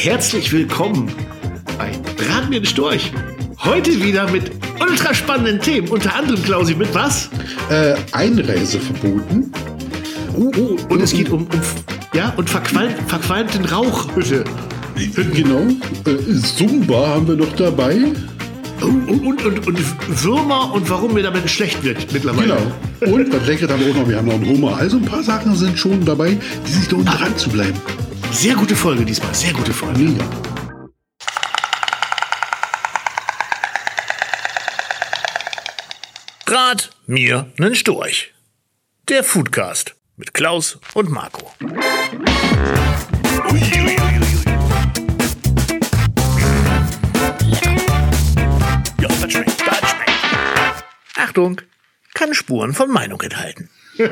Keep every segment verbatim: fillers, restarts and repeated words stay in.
herzlich willkommen bei Brat mir den Storch. Heute wieder mit ultra spannenden Themen, unter anderem, Klausi, mit was? Äh, Einreise verboten. Oh, oh, und es geht um, um ja, und verqualm, verqualmten Rauchhütte. Genau. Äh, Zumba haben wir noch dabei. Und, und, und, und Würmer und warum mir damit schlecht wird mittlerweile. Genau. Und was Leckeres haben wir auch noch. Wir haben noch einen Hummer. Also ein paar Sachen sind schon dabei, die sich lohnen, dran zu bleiben. Sehr gute Folge diesmal. Sehr gute Folge. Mega. Brat mir nen Storch. Der Foodcast mit Klaus und Marco. Ui, ui, ui. Ja, das schmeckt, das schmeckt. Achtung, kann Spuren von Meinung enthalten.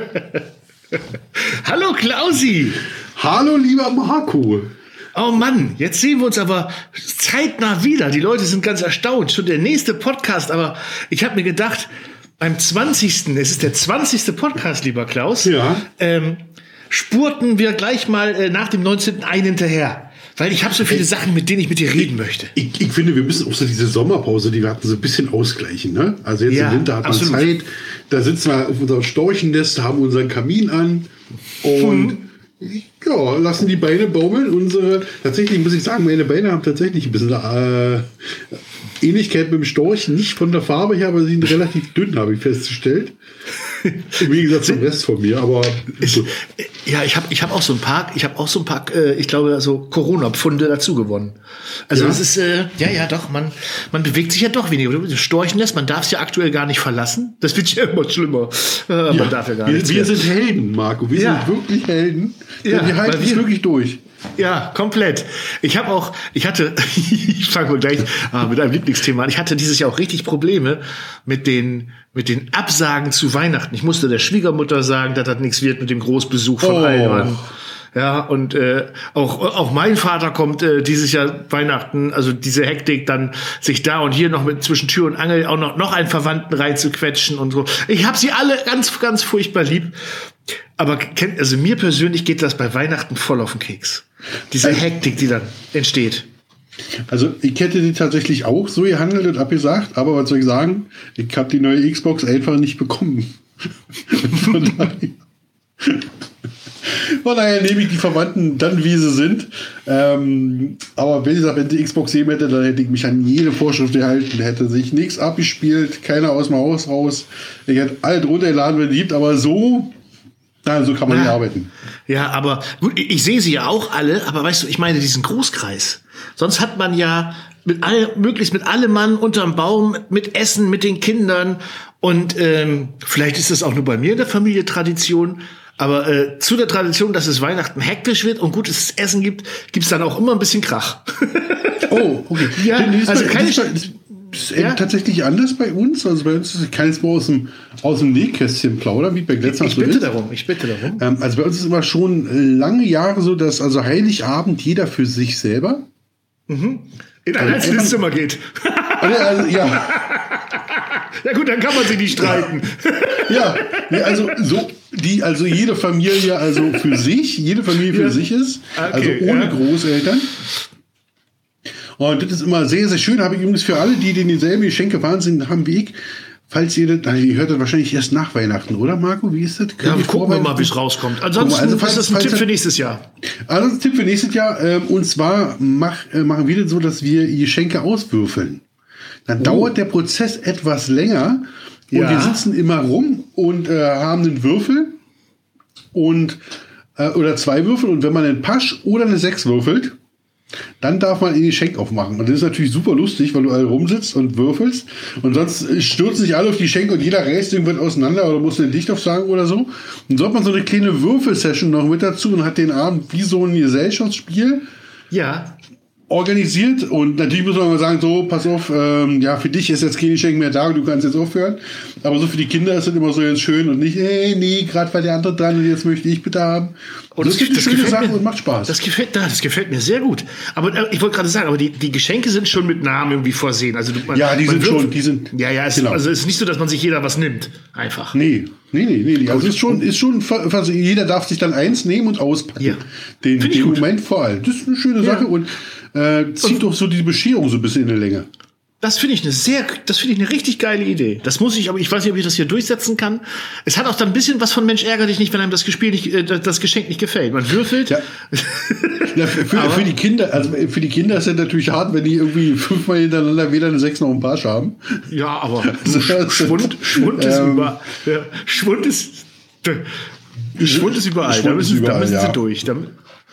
Hallo Klausi. Hallo lieber Marco. Oh Mann, jetzt sehen wir uns aber zeitnah wieder. Die Leute sind ganz erstaunt. Schon der nächste Podcast, aber ich habe mir gedacht, beim zwanzigsten, es ist der zwanzigste Podcast, lieber Klaus, ja. ähm, spurten wir gleich mal äh, nach dem neunzehnten ein hinterher. Weil ich habe so viele Sachen, mit denen ich mit dir reden möchte. Ich, ich finde, wir müssen auch so diese Sommerpause, die wir hatten, so ein bisschen ausgleichen. Ne? Also jetzt Ja, im Winter hat man absolut. Zeit. Da sitzen wir auf unserem Storchennest, haben unseren Kamin an und Hm. ja, lassen die Beine baumeln. Unsere, tatsächlich muss ich sagen, meine Beine haben tatsächlich ein bisschen äh, Ähnlichkeit mit dem Storch. Nicht von der Farbe her, aber sie sind relativ dünn, habe ich festgestellt. Im Gegensatz zum Rest von mir, aber Ich, ja, ich habe ich hab auch so ein paar, ich habe auch so ein paar, äh, ich glaube, so Corona-Pfunde dazu gewonnen. Also Ja? das ist, äh, ja, ja, doch, man, man bewegt sich ja doch weniger. Das Storchennest, man darf es ja aktuell gar nicht verlassen. Das wird ja immer schlimmer. Äh, ja, man darf ja gar wir, nicht. wir sind Helden, Marco. Wir Ja. sind wirklich Helden. Ja, wir halten weil es wir- wirklich durch. Ja, komplett. Ich habe auch, ich hatte, ich fange mal gleich ah, mit einem Lieblingsthema an. Ich hatte dieses Jahr auch richtig Probleme mit den, mit den Absagen zu Weihnachten. Ich musste der Schwiegermutter sagen, dass das nichts wird mit dem Großbesuch von Oh. allen Mann. Ja, und äh, auch, auch mein Vater kommt äh, dieses Jahr Weihnachten, also diese Hektik, dann sich da und hier noch mit zwischen Tür und Angel auch noch, noch einen Verwandten reinzuquetschen und so. Ich habe sie alle ganz, ganz furchtbar lieb. Aber kennt, also mir persönlich geht das bei Weihnachten voll auf den Keks. Diese Hektik, die dann entsteht. Also ich hätte die tatsächlich auch so gehandelt und abgesagt, aber was soll ich sagen? Ich habe die neue Xbox einfach nicht bekommen. Von daher, von daher nehme ich die Verwandten dann, wie sie sind. Ähm, aber wenn ich sage, wenn die Xbox gegeben hätte, dann hätte ich mich an jede Vorschrift gehalten. Hätte sich nichts abgespielt, keiner aus dem Haus raus. Ich hätte alle drunter geladen, wenn es gibt, aber so, na, so kann man Na. nicht arbeiten. Ja, aber gut, ich, ich sehe sie ja auch alle, aber weißt du, ich meine diesen Großkreis. Sonst hat man ja mit all, möglichst mit allem Mann unterm Baum, mit Essen, mit den Kindern. Und ähm, vielleicht ist das auch nur bei mir in der Familie Tradition. Aber äh, zu der Tradition, dass es Weihnachten hektisch wird und gutes Essen gibt, gibt's dann auch immer ein bisschen Krach. Oh, okay. Ja, Denn diesmal- also keine diesmal- das ist Ja? tatsächlich anders bei uns. Also bei uns ist, ich kann jetzt mal aus dem, aus dem Nähkästchen plaudern, wie bei Glätzner Ich bitte darum, ich bitte darum. Ähm, also bei uns ist es immer schon lange Jahre so, dass also Heiligabend jeder für sich selber. In ein einzelnes Zimmer geht. Also, also, ja, Ja gut, dann kann man sich nicht streiten. ja, nee, also so die, also jede Familie also für sich, jede Familie für Ja. sich ist, Okay, also ohne ja. Großeltern. Und das ist immer sehr, sehr schön. Habe ich übrigens für alle, die denen dieselben Geschenke Wahnsinn haben wie ich. Falls ihr das, also ihr hört das wahrscheinlich erst nach Weihnachten, oder Marco? Wie ist das? Ja, Könnt ihr gucken wir mal, vorbereiten? wie es rauskommt. Ansonsten Also, falls- ist das ein falls- Tipp für nächstes Jahr. Also das ist ein Tipp für nächstes Jahr. Ähm, und zwar mach, äh, machen wir das so, dass wir Geschenke auswürfeln. Dann dauert der Prozess etwas länger. Und Ja. wir sitzen immer rum und äh, haben einen Würfel und äh, oder zwei Würfel. Und wenn man einen Pasch oder eine Sechs würfelt, dann darf man ein Geschenk aufmachen. Und das ist natürlich super lustig, weil du alle rumsitzt und würfelst. Und sonst äh, stürzen sich alle auf die Geschenke und jeder reißt irgendwas auseinander oder muss eine Dicht aufsagen oder so. Und so hat man so eine kleine Würfelsession noch mit dazu und hat den Abend wie so ein Gesellschaftsspiel Ja. organisiert. Und natürlich muss man mal sagen, so, pass auf, ähm, ja, für dich ist jetzt kein Geschenk mehr da und du kannst jetzt aufhören. Aber so für die Kinder ist das immer so ganz schön und nicht, ey, nee, gerade war der andere dran und jetzt möchte ich bitte haben. Und das, gibt eine schöne gefällt Sache mir, und macht Spaß. Das gefällt, ja, das gefällt mir sehr gut. Aber äh, ich wollte gerade sagen, aber die, die Geschenke sind schon mit Namen irgendwie versehen. Also du, man, Ja, die man sind wirft- schon, die sind- Ja, ja, es, genau. also es ist nicht so, dass man sich jeder was nimmt. Einfach. Nee, nee, nee, nee. nee. Also ist schon, ist schon, also jeder darf sich dann eins nehmen und auspacken. Ja. Den, Find ich den gut. Moment vor allem. Das ist eine schöne Ja. Sache und äh, zieht doch so die Bescherung so ein bisschen in die Länge. Das finde ich eine sehr, das finde ich eine richtig geile Idee. Das muss ich, aber ich weiß nicht, ob ich das hier durchsetzen kann. Es hat auch dann ein bisschen was von Mensch ärger dich nicht, wenn einem das Gespiel nicht, äh, das Geschenk nicht gefällt. Man würfelt. Ja. Ja, für, für, für die Kinder, also für die Kinder ist es natürlich hart, wenn die irgendwie fünfmal hintereinander weder eine sechs noch ein Pasch haben. Ja, aber Schwund, Schwund ist ähm, über, ja, Schwund ist, Schwund ist überall. Schwund da müssen, überall, da müssen ja. sie durch. Da,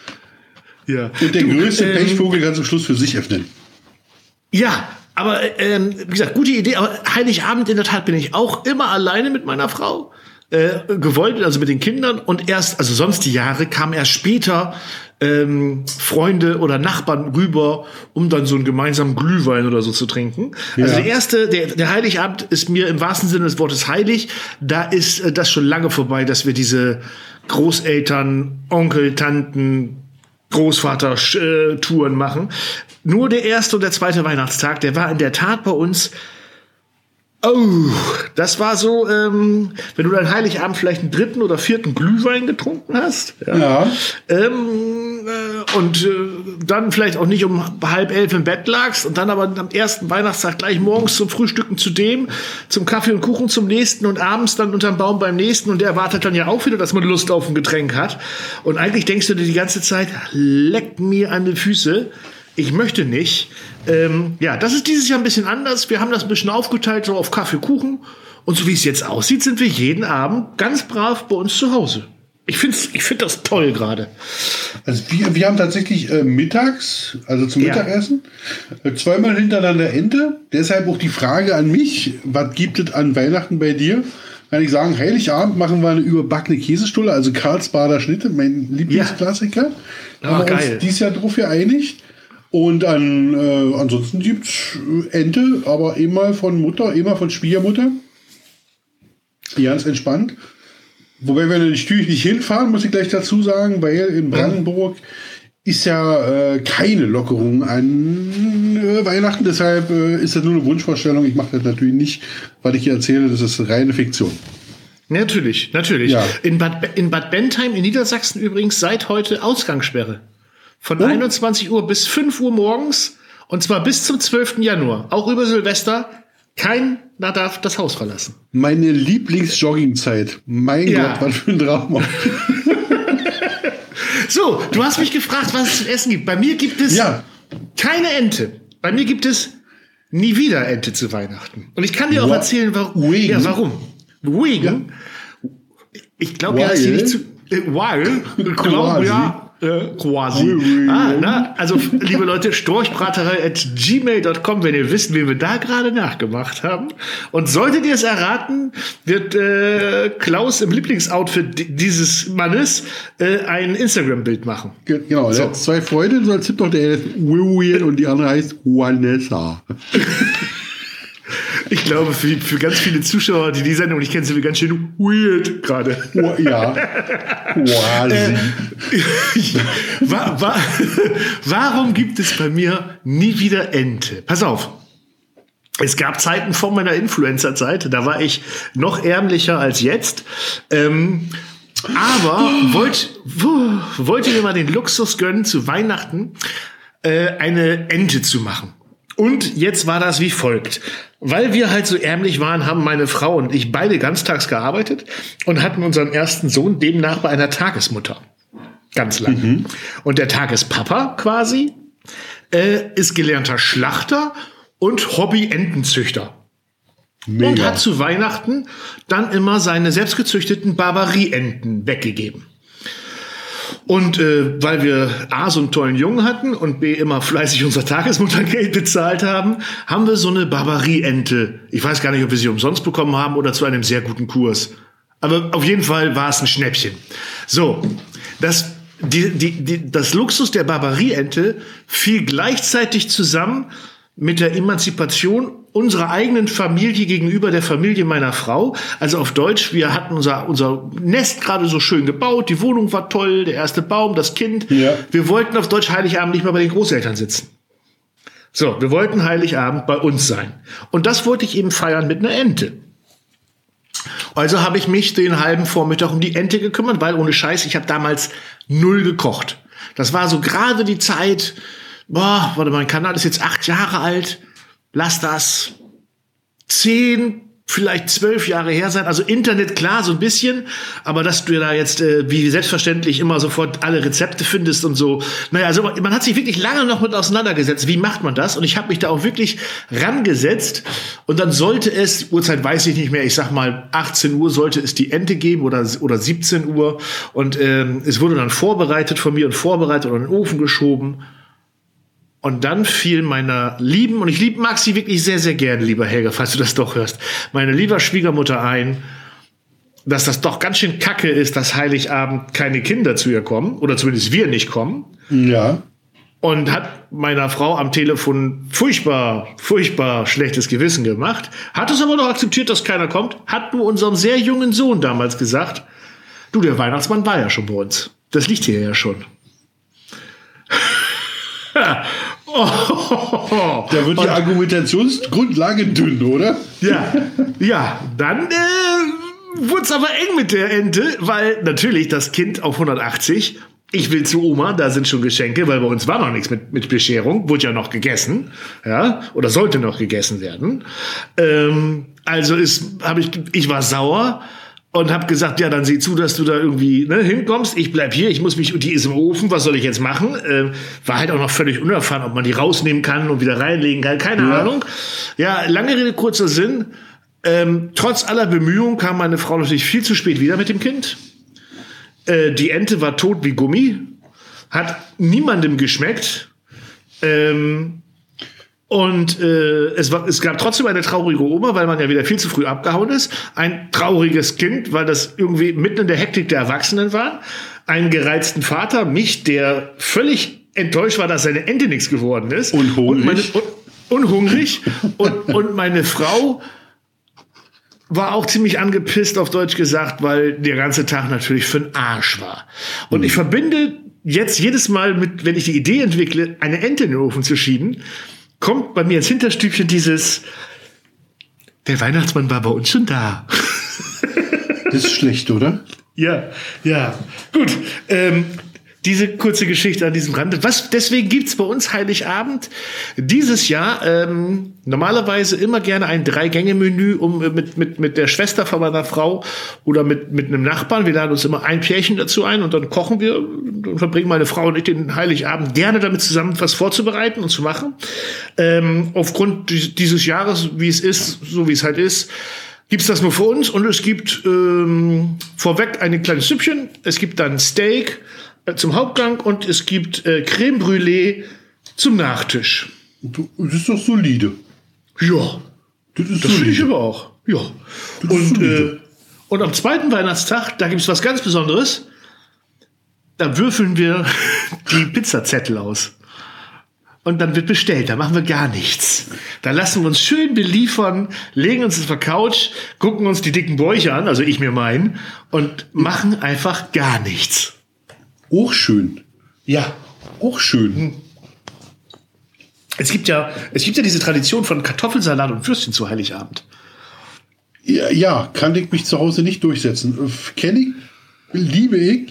ja. Und der du, größte ähm, Pechvogel kann zum Schluss für sich öffnen. Ja. Aber ähm, wie gesagt, gute Idee. Aber Heiligabend in der Tat bin ich auch immer alleine mit meiner Frau äh, gewollt, also mit den Kindern. Und erst, also sonst die Jahre, kamen erst später ähm, Freunde oder Nachbarn rüber, um dann so einen gemeinsamen Glühwein oder so zu trinken. Ja. Also der erste, der, der Heiligabend ist mir im wahrsten Sinne des Wortes heilig. Da ist äh, das schon lange vorbei, dass wir diese Großeltern, Onkel, Tanten, Großvater-Touren machen. Nur der erste und der zweite Weihnachtstag, der war in der Tat bei uns. Oh, das war so, ähm, wenn du dann Heiligabend vielleicht einen dritten oder vierten Glühwein getrunken hast. Ja. ja. Ähm, äh, und äh, dann vielleicht auch nicht um halb elf im Bett lagst und dann aber am ersten Weihnachtstag gleich morgens zum Frühstücken zu dem, zum Kaffee und Kuchen zum nächsten und abends dann unterm Baum beim nächsten und der erwartet dann ja auch wieder, dass man Lust auf ein Getränk hat. Und eigentlich denkst du dir die ganze Zeit, leck mir an die Füße. Ich möchte nicht. Ähm, ja, das ist dieses Jahr ein bisschen anders. Wir haben das ein bisschen aufgeteilt, so auf Kaffee, Kuchen. Und so wie es jetzt aussieht, sind wir jeden Abend ganz brav bei uns zu Hause. Ich finde ich find das toll gerade. Also wir, wir haben tatsächlich äh, mittags, also zum ja. Mittagessen, äh, zweimal hintereinander Ente. Deshalb auch die Frage an mich, was gibt es an Weihnachten bei dir? Kann ich sagen, Heiligabend machen wir eine überbackene Käsestulle, also Karlsbader Schnitte, mein Lieblingsklassiker. Ja. Haben wir geil. uns dieses Jahr drauf geeinigt. Und an, äh, ansonsten gibt es Ente, aber immer von Mutter, immer von Schwiegermutter. Ganz entspannt. Wobei wir natürlich nicht hinfahren, muss ich gleich dazu sagen, weil in Brandenburg ist ja äh, keine Lockerung an äh, Weihnachten. Deshalb äh, ist das nur eine Wunschvorstellung. Ich mache das natürlich nicht, weil ich hier erzähle, das ist reine Fiktion. Natürlich, natürlich. Ja. In, Bad, in Bad Bentheim in Niedersachsen übrigens seit heute Ausgangssperre. Von oh. einundzwanzig Uhr bis fünf Uhr morgens und zwar bis zum zwölften Januar. Auch über Silvester. Keiner darf das Haus verlassen. Meine Lieblingsjoggingzeit. Mein ja. Gott, was für ein Traum. So, du hast mich gefragt, was es zu essen gibt. Bei mir gibt es ja. keine Ente. Bei mir gibt es nie wieder Ente zu Weihnachten. Und ich kann dir auch What? erzählen, warum. Ja, warum? Wegen. Ja. Ich glaube ja, dass sie nicht zu. Äh, weil. Ich glaube ja. Äh, quasi. Oui, oui, ah, na, also, liebe Leute, storchbraterei at gmail dot com, wenn ihr wisst, wen wir da gerade nachgemacht haben. Und solltet ihr es erraten, wird äh, Klaus im Lieblingsoutfit dieses Mannes äh, ein Instagram-Bild machen. Genau, so. Der hat zwei Freunde, so als Tipp noch, der heißt William und die andere heißt Vanessa. Ich glaube, für, für ganz viele Zuschauer, die die Sendung nicht kennen, sind wir ganz schön weird gerade. Ja. Quasi. Äh, wa, wa, warum gibt es bei mir nie wieder Ente? Pass auf. Es gab Zeiten vor meiner Influencer-Zeit, da war ich noch ärmlicher als jetzt. Ähm, aber oh. wollte wollt mir mal den Luxus gönnen, zu Weihnachten äh, eine Ente zu machen. Und jetzt war das wie folgt. Weil wir halt so ärmlich waren, haben meine Frau und ich beide ganztags gearbeitet und hatten unseren ersten Sohn demnach bei einer Tagesmutter. Ganz lange. Mhm. Und der Tagespapa quasi äh, ist gelernter Schlachter und Hobby-Entenzüchter. Mega. Und hat zu Weihnachten dann immer seine selbstgezüchteten Barbarie-Enten weggegeben. Und äh, weil wir A, so einen tollen Jungen hatten und B, immer fleißig unser Tagesmuttergeld bezahlt haben, haben wir so eine Barbarie-Ente. Ich weiß gar nicht, ob wir sie umsonst bekommen haben oder zu einem sehr guten Kurs. Aber auf jeden Fall war es ein Schnäppchen. So, das, die, die, die, das Luxus der Barbarie-Ente fiel gleichzeitig zusammen mit der Emanzipation unserer eigenen Familie gegenüber der Familie meiner Frau. Also auf Deutsch, wir hatten unser, unser Nest gerade so schön gebaut, die Wohnung war toll, der erste Baum, das Kind. Ja. Wir wollten auf Deutsch Heiligabend nicht mehr bei den Großeltern sitzen. So, wir wollten Heiligabend bei uns sein. Und das wollte ich eben feiern mit einer Ente. Also habe ich mich den halben Vormittag um die Ente gekümmert, weil ohne Scheiß, ich habe damals null gekocht. Das war so gerade die Zeit, boah, warte, mein Kanal ist jetzt acht Jahre alt, lass das zehn, vielleicht zwölf Jahre her sein. Also Internet, klar, so ein bisschen, aber dass du da jetzt äh, wie selbstverständlich immer sofort alle Rezepte findest und so. Naja, also man hat sich wirklich lange noch mit auseinandergesetzt. Wie macht man das? Und ich habe mich da auch wirklich rangesetzt. Und dann sollte es, Uhrzeit weiß ich nicht mehr, ich sag mal achtzehn Uhr sollte es die Ente geben oder, oder siebzehn Uhr. Und ähm, es wurde dann vorbereitet von mir und vorbereitet und in den Ofen geschoben. Und dann fiel meiner lieben, und ich lieb, mag sie wirklich sehr, sehr gerne, lieber Helga, falls du das doch hörst, meine liebe Schwiegermutter ein, dass das doch ganz schön kacke ist, dass Heiligabend keine Kinder zu ihr kommen, oder zumindest wir nicht kommen. Ja. Und hat meiner Frau am Telefon furchtbar, furchtbar schlechtes Gewissen gemacht, hat es aber noch akzeptiert, dass keiner kommt, hat nur unserem sehr jungen Sohn damals gesagt, du, der Weihnachtsmann war ja schon bei uns. Das liegt hier ja schon. Oh, da wird die Argumentationsgrundlage dünn, oder? Ja, ja, dann äh, wurde es aber eng mit der Ente, weil natürlich das Kind auf hundertachtzig, ich will zu Oma, da sind schon Geschenke, weil bei uns war noch nichts mit, mit Bescherung, wurde ja noch gegessen, ja, oder sollte noch gegessen werden. Ähm, also ist, habe ich, ich war sauer. Und hab gesagt, ja, dann sieh zu, dass du da irgendwie ne, hinkommst. Ich bleib hier, ich muss mich, und die ist im Ofen, was soll ich jetzt machen? Äh, war halt auch noch völlig unerfahren, ob man die rausnehmen kann und wieder reinlegen kann. Keine ja. Ahnung. Ja, lange Rede, kurzer Sinn. Ähm, trotz aller Bemühungen kam meine Frau natürlich viel zu spät wieder mit dem Kind. Äh, die Ente war tot wie Gummi. Hat niemandem geschmeckt. Ähm, Und äh, es, war, es gab trotzdem eine traurige Oma, weil man ja wieder viel zu früh abgehauen ist. Ein trauriges Kind, weil das irgendwie mitten in der Hektik der Erwachsenen war. Einen gereizten Vater, mich, der völlig enttäuscht war, dass seine Ente nichts geworden ist. Und hungrig. Und, meine, und, und hungrig. und, und meine Frau war auch ziemlich angepisst, auf Deutsch gesagt, weil der ganze Tag natürlich für den Arsch war. Und mhm. ich verbinde jetzt jedes Mal mit, wenn ich die Idee entwickle, eine Ente in den Ofen zu schieben, kommt bei mir ins Hinterstübchen dieses, der Weihnachtsmann war bei uns schon da. Das ist schlecht, oder? Ja, ja. Gut, ähm, diese kurze Geschichte an diesem Rande. Was, deswegen gibt's bei uns Heiligabend dieses Jahr ähm, normalerweise immer gerne ein Drei-Gänge-Menü um, mit, mit, mit der Schwester von meiner Frau oder mit, mit einem Nachbarn. Wir laden uns immer ein Pärchen dazu ein und dann kochen wir und verbringen meine Frau und ich den Heiligabend gerne damit zusammen, was vorzubereiten und zu machen. Ähm, aufgrund dieses Jahres, wie es ist, so wie es halt ist, gibt's das nur für uns und es gibt ähm, vorweg ein kleines Süppchen, es gibt dann Steak zum Hauptgang und es gibt äh, Creme Brûlée zum Nachtisch. Du, das ist doch solide. Ja, das, ist das finde ich aber auch. Ja. Und, äh, und am zweiten Weihnachtstag, da gibt es was ganz Besonderes. Da würfeln wir die Pizzazettel aus. Und dann wird bestellt, da machen wir gar nichts. Da lassen wir uns schön beliefern, legen uns auf der Couch, gucken uns die dicken Bäuche an, also ich mir meinen, und machen einfach gar nichts. Auch schön. Ja. Auch schön. Es gibt ja, es gibt ja diese Tradition von Kartoffelsalat und Würstchen zu Heiligabend. Ja, ja, kann ich mich zu Hause nicht durchsetzen. Kenne ich, liebe ich.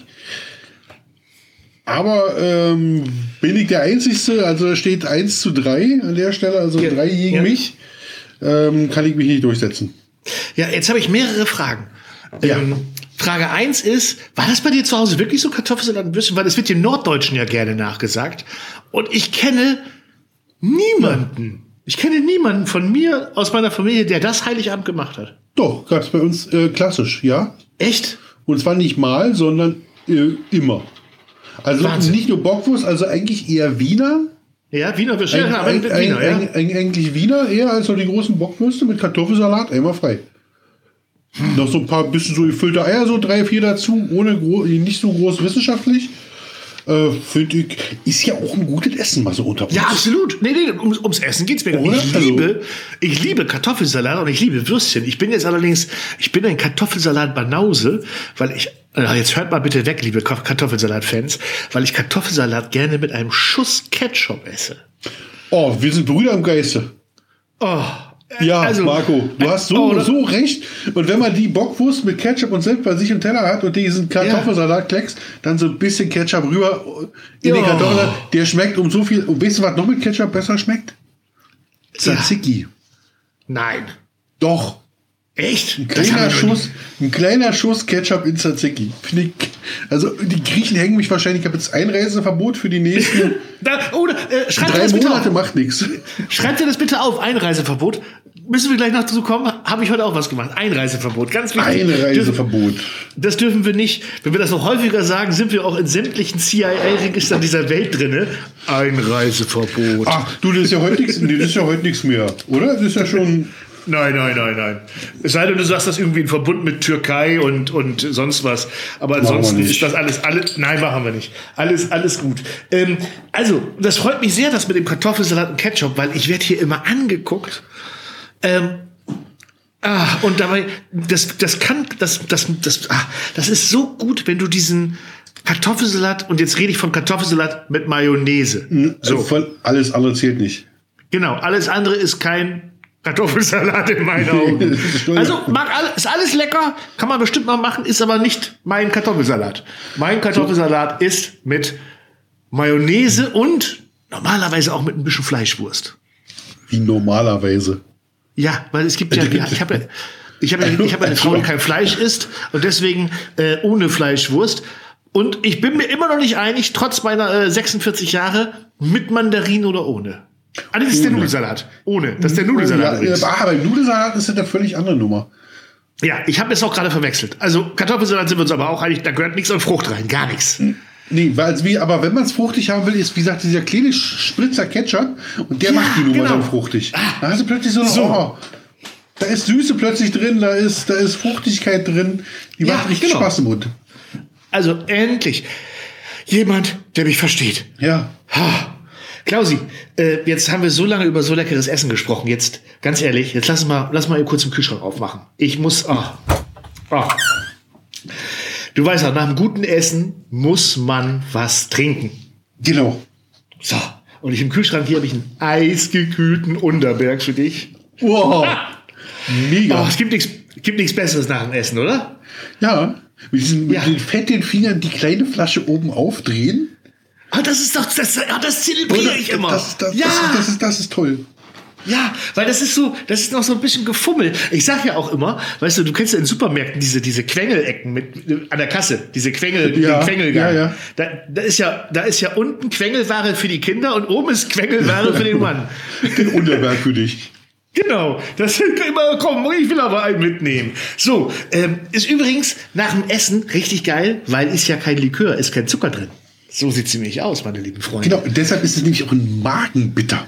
Aber ähm, bin ich der Einzige, also da steht eins zu drei an der Stelle, also ja, drei gegen ja. mich, ähm, kann ich mich nicht durchsetzen. Ja, jetzt habe ich mehrere Fragen. Ja. Ähm, Frage eins ist, war das bei dir zu Hause wirklich so Kartoffelsalat und Würstchen? Weil es wird dem Norddeutschen ja gerne nachgesagt. Und ich kenne niemanden, ich kenne niemanden von mir aus meiner Familie, der das Heiligabend gemacht hat. Doch, gab es bei uns äh, klassisch, ja. Echt? Und zwar nicht mal, sondern äh, immer. Also Wahnsinn. Nicht nur Bockwurst, also eigentlich eher Wiener. Ja, Wiener Würstchen, Eig- ja, aber eig- Wiener, eig- ja. eig- Eigentlich Wiener eher als so die großen Bockwürste mit Kartoffelsalat, einmal frei. Hm. Noch so ein paar bisschen so gefüllte Eier, so drei, vier dazu, ohne gro- nicht so groß wissenschaftlich. Äh, Finde ich, ist ja auch ein gutes Essen mal so unter uns. Ja, absolut. Nee, nee, um, ums Essen geht's mir. Oder? Ich liebe, ich liebe Kartoffelsalat und ich liebe Würstchen. Ich bin jetzt allerdings, ich bin ein Kartoffelsalat-Banause, weil ich, jetzt hört mal bitte weg, liebe Kartoffelsalat-Fans, weil ich Kartoffelsalat gerne mit einem Schuss Ketchup esse. Oh, wir sind Brüder im Geiste. Oh, Ja, Also, Marco, du hast so, oh, so recht. Und wenn man die Bockwurst mit Ketchup und Senf bei sich im Teller hat und diesen Kartoffelsalat-Klecks, dann so ein bisschen Ketchup rüber in den Ja. Kartoffelsalat, der schmeckt um so viel. Und weißt du, was noch mit Ketchup besser schmeckt? Tzatziki. Nein. Doch. Echt? Ein Das haben kleiner wir noch nie. Schuss, ein kleiner Schuss Ketchup in Tzatziki. Finde ich, also die Griechen hängen mich wahrscheinlich, ich habe jetzt Einreiseverbot für die nächsten Da, oh, äh, schreibt drei das bitte Monate, auf. macht nichts. Schreibt ihr das bitte auf, Einreiseverbot. Müssen wir gleich noch dazu kommen? Habe ich heute auch was gemacht. Einreiseverbot, ganz wichtig. Einreiseverbot. Das dürfen wir nicht. Wenn wir das noch häufiger sagen, sind wir auch in sämtlichen C I A-Registern dieser Welt drin. Einreiseverbot. Ach, du, das ist ja heute nichts, nee, das ist ja heute nichts mehr, oder? Das ist ja schon. Nein, nein, nein, nein. Es sei denn, du sagst das irgendwie in Verbund mit Türkei und, und sonst was. Aber ansonsten ist das alles, alles, nein, machen wir nicht. Alles, alles gut. Ähm, also, das freut mich sehr, das mit dem Kartoffelsalat und Ketchup, weil ich werde hier immer angeguckt. Ähm, ah, und dabei, das, das kann, das, das, das, ah, das ist so gut, wenn du diesen Kartoffelsalat, und jetzt rede ich von Kartoffelsalat mit Mayonnaise. So. Von alles andere zählt nicht. Genau, alles andere ist kein Kartoffelsalat in meinen Augen. Also mag all, ist alles lecker, kann man bestimmt mal machen, ist aber nicht mein Kartoffelsalat. Mein Kartoffelsalat ist mit Mayonnaise und normalerweise auch mit ein bisschen Fleischwurst. Wie normalerweise. Ja, weil es gibt ja, ich habe ja, ich habe ja, ich habe eine Frau, die kein Fleisch isst und deswegen äh, ohne Fleischwurst. Und ich bin mir immer noch nicht einig, trotz meiner äh, sechsundvierzig Jahre, mit Mandarinen oder ohne. Ah, das ist der Nudelsalat. Ohne. Das ist der Nudelsalat. Ja, aber beim Nudelsalat ist das eine völlig andere Nummer. Ja, ich habe es auch gerade verwechselt. Also Kartoffelsalat sind wir uns aber auch einig, da gehört nichts an Frucht rein, gar nichts. Nee, weil, wie, aber wenn man es fruchtig haben will, ist, wie gesagt, dieser kleine Spritzer Ketchup und der Ja, macht die Nummer genau. dann fruchtig. Da hast du plötzlich so, So. Oh, da ist Süße plötzlich drin, da ist, da ist Fruchtigkeit drin, die Ja, macht richtig genau. Spaß im Mund. Also endlich jemand, der mich versteht. Ja. Ha. Klausi, äh, jetzt haben wir so lange über so leckeres Essen gesprochen. Jetzt, ganz ehrlich, jetzt lass mal, lass mal eben kurz den Kühlschrank aufmachen. Ich muss, ah, ah. Du weißt auch, nach einem guten Essen muss man was trinken. Genau. So, und ich im Kühlschrank hier habe ich einen eisgekühlten Unterberg für dich. Wow. Mega. Oh, es gibt nichts, gibt nichts Besseres nach dem Essen, oder? Ja. Mit diesen Ja. mit den fetten Fingern die kleine Flasche oben aufdrehen. Ah, das ist doch, das, ja, das zelebriere ich immer. Das, das, ja. das, ist, das, ist, das ist toll. Ja, weil das ist so, das ist noch so ein bisschen Gefummel. Ich sag ja auch immer, weißt du, du kennst ja in Supermärkten diese, diese Quengelecken mit, äh, an der Kasse, diese Quengel, Ja, den Quengelgang. ja, ja. Da, da ist ja, da ist ja unten Quengelware für die Kinder und oben ist Quengelware für den Mann. Den Unterberg für dich. Genau, das sind immer, komm, ich will aber einen mitnehmen. So, ähm, ist übrigens nach dem Essen richtig geil, weil ist ja kein Likör, ist kein Zucker drin. So sieht's nämlich aus, meine lieben Freunde. Genau, und deshalb ist es nämlich auch ein Magenbitter.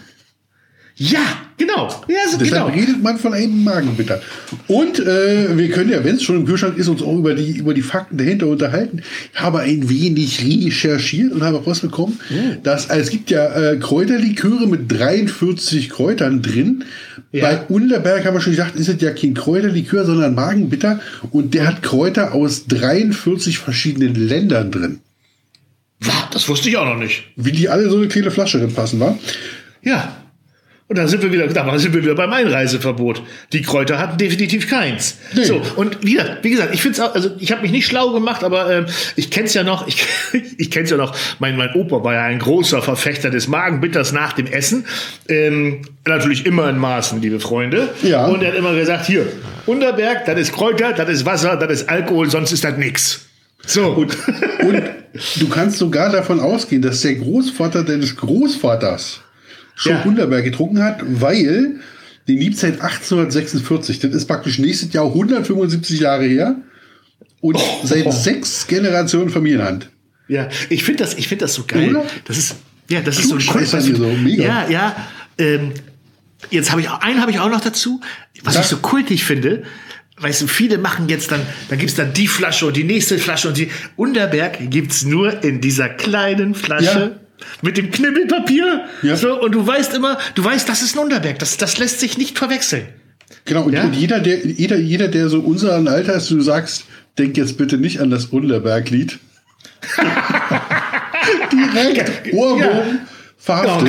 Ja, genau. Ja, so Deshalb genau. redet man von einem Magenbitter. Und äh, wir können ja, wenn es schon im Kühlschrank ist, uns auch über die, über die Fakten dahinter unterhalten. Ich habe ein wenig recherchiert und habe rausbekommen, Oh. dass also es gibt ja äh, Kräuterliköre mit dreiundvierzig Kräutern drin. Ja. Bei Unterberg haben wir schon gesagt, ist es ja kein Kräuterlikör, sondern Magenbitter. Und der hat Kräuter aus dreiundvierzig verschiedenen Ländern drin. Wow, das wusste ich auch noch nicht. Wie die alle so eine kleine Flasche drin passen, wa? Ja. Und da sind wir wieder, da sind wir wieder beim Einreiseverbot. Die Kräuter hatten definitiv keins. Nee. So, und wieder, wie gesagt, ich finde es auch, also ich habe mich nicht schlau gemacht, aber ähm, ich kenne es ja noch, ich, ich kenne es ja noch, mein, mein Opa war ja ein großer Verfechter des Magenbitters nach dem Essen. Ähm, natürlich immer in Maßen, liebe Freunde. Ja. Und er hat immer gesagt, hier, Unterberg, das ist Kräuter, das ist Wasser, das ist Alkohol, sonst ist das nix. So. Und, und du kannst sogar davon ausgehen, dass der Großvater deines Großvaters schon Ja. Unterberg getrunken hat, weil den gibt es seit achtzehnhundertsechsundvierzig. Das ist praktisch nächstes Jahr hundertfünfundsiebzig Jahre her und Oh. seit sechs Generationen Familienhand. Ja, ich finde das, ich finde das so geil. Oder? Das ist, ja, das ist so ein Klugscheißer Kult, hier so, mega. Ja, ja. Ähm, jetzt habe ich auch, einen habe ich auch noch dazu, was Ja. ich so kultig finde. Weißt du, viele machen jetzt dann, da gibt's dann die Flasche und die nächste Flasche und die Unterberg gibt's nur in dieser kleinen Flasche. Ja. Mit dem Knibbelpapier. Ja. So, und du weißt immer, du weißt, das ist ein Unterberg. Das, das lässt sich nicht verwechseln. Genau, und, Ja? und jeder, der, jeder, jeder, der so unseren Alter ist, du sagst, denk jetzt bitte nicht an das Unterberg-Lied. Direkt Ohrwurm Ja. verhaftet.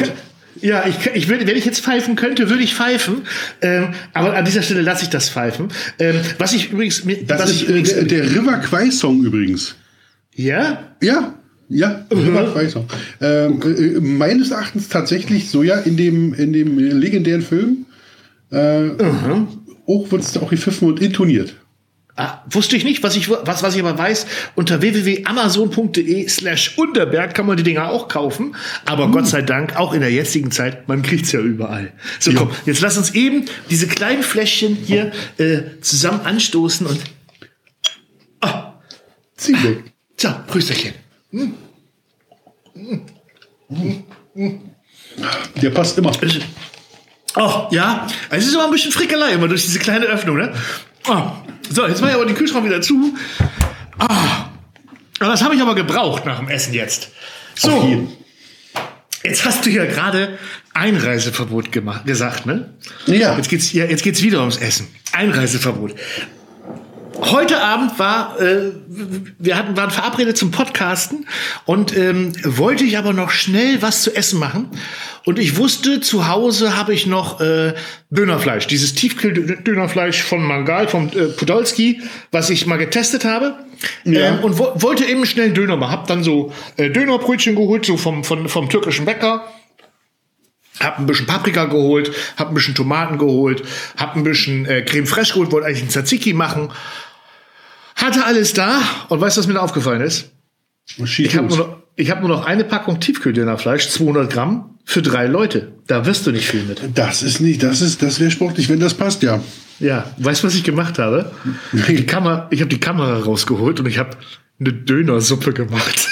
Ja, ich, ich will, wenn ich jetzt pfeifen könnte, würde ich pfeifen. Ähm, aber an dieser Stelle lasse ich das pfeifen. Ähm, was ich übrigens... Das was ist ich übrigens, äh, der, der River Kwai-Song übrigens. Ja? Ja, ja, Mhm. River Kwai-Song. Ähm, äh, meines Erachtens tatsächlich so ja in dem, in dem legendären Film. Äh, mhm. Auch wird es auch gepfiffen und intoniert. Ah, wusste ich nicht, was ich, was, was ich aber weiß, unter w w w punkt amazon punkt d e slash Unterberg kann man die Dinger auch kaufen, aber mhm. Gott sei Dank, auch in der jetzigen Zeit, man kriegt's ja überall. So, ja. Komm, jetzt lass uns eben diese kleinen Fläschchen hier äh, zusammen anstoßen und ah, zieh weg. So, Prösterchen. Hm. Hm. Hm. Hm. Der passt immer. Oh, ja, es ist aber ein bisschen Frickelei immer durch diese kleine Öffnung, ne? Oh. So, jetzt mache ich aber den Kühlschrank wieder zu. Ah, das habe ich aber gebraucht nach dem Essen jetzt. So, jetzt hast du ja gerade Einreiseverbot gemacht, gesagt, ne? Ja. Jetzt geht's, ja, jetzt geht's wieder ums Essen. Einreiseverbot. Heute Abend war, äh, wir hatten, waren verabredet zum Podcasten und ähm, wollte ich aber noch schnell was zu essen machen. Und ich wusste, zu Hause habe ich noch äh, Dönerfleisch, dieses Tiefkühl-Dönerfleisch von Mangal, vom äh, Podolski, was ich mal getestet habe. Ja. Ähm, und wo, wollte eben schnell einen Döner machen. Hab dann so äh, Dönerbrötchen geholt, so vom, vom, vom türkischen Bäcker. Hab ein bisschen Paprika geholt, hab ein bisschen Tomaten geholt, hab ein bisschen äh, Creme Fraiche geholt, wollte eigentlich einen Tzatziki machen. Hatte alles da und weißt du, was mir da aufgefallen ist? Ich habe nur, noch, ich hab nur noch eine Packung Tiefkühl-Dönerfleisch, zweihundert Gramm, für drei Leute. Da wirst du nicht viel mit. Das ist nicht, das ist, das wäre sportlich, wenn das passt, ja. Ja, weißt du, was ich gemacht habe? Ich habe die Kamera, ich habe die Kamera rausgeholt und ich habe eine Dönersuppe gemacht.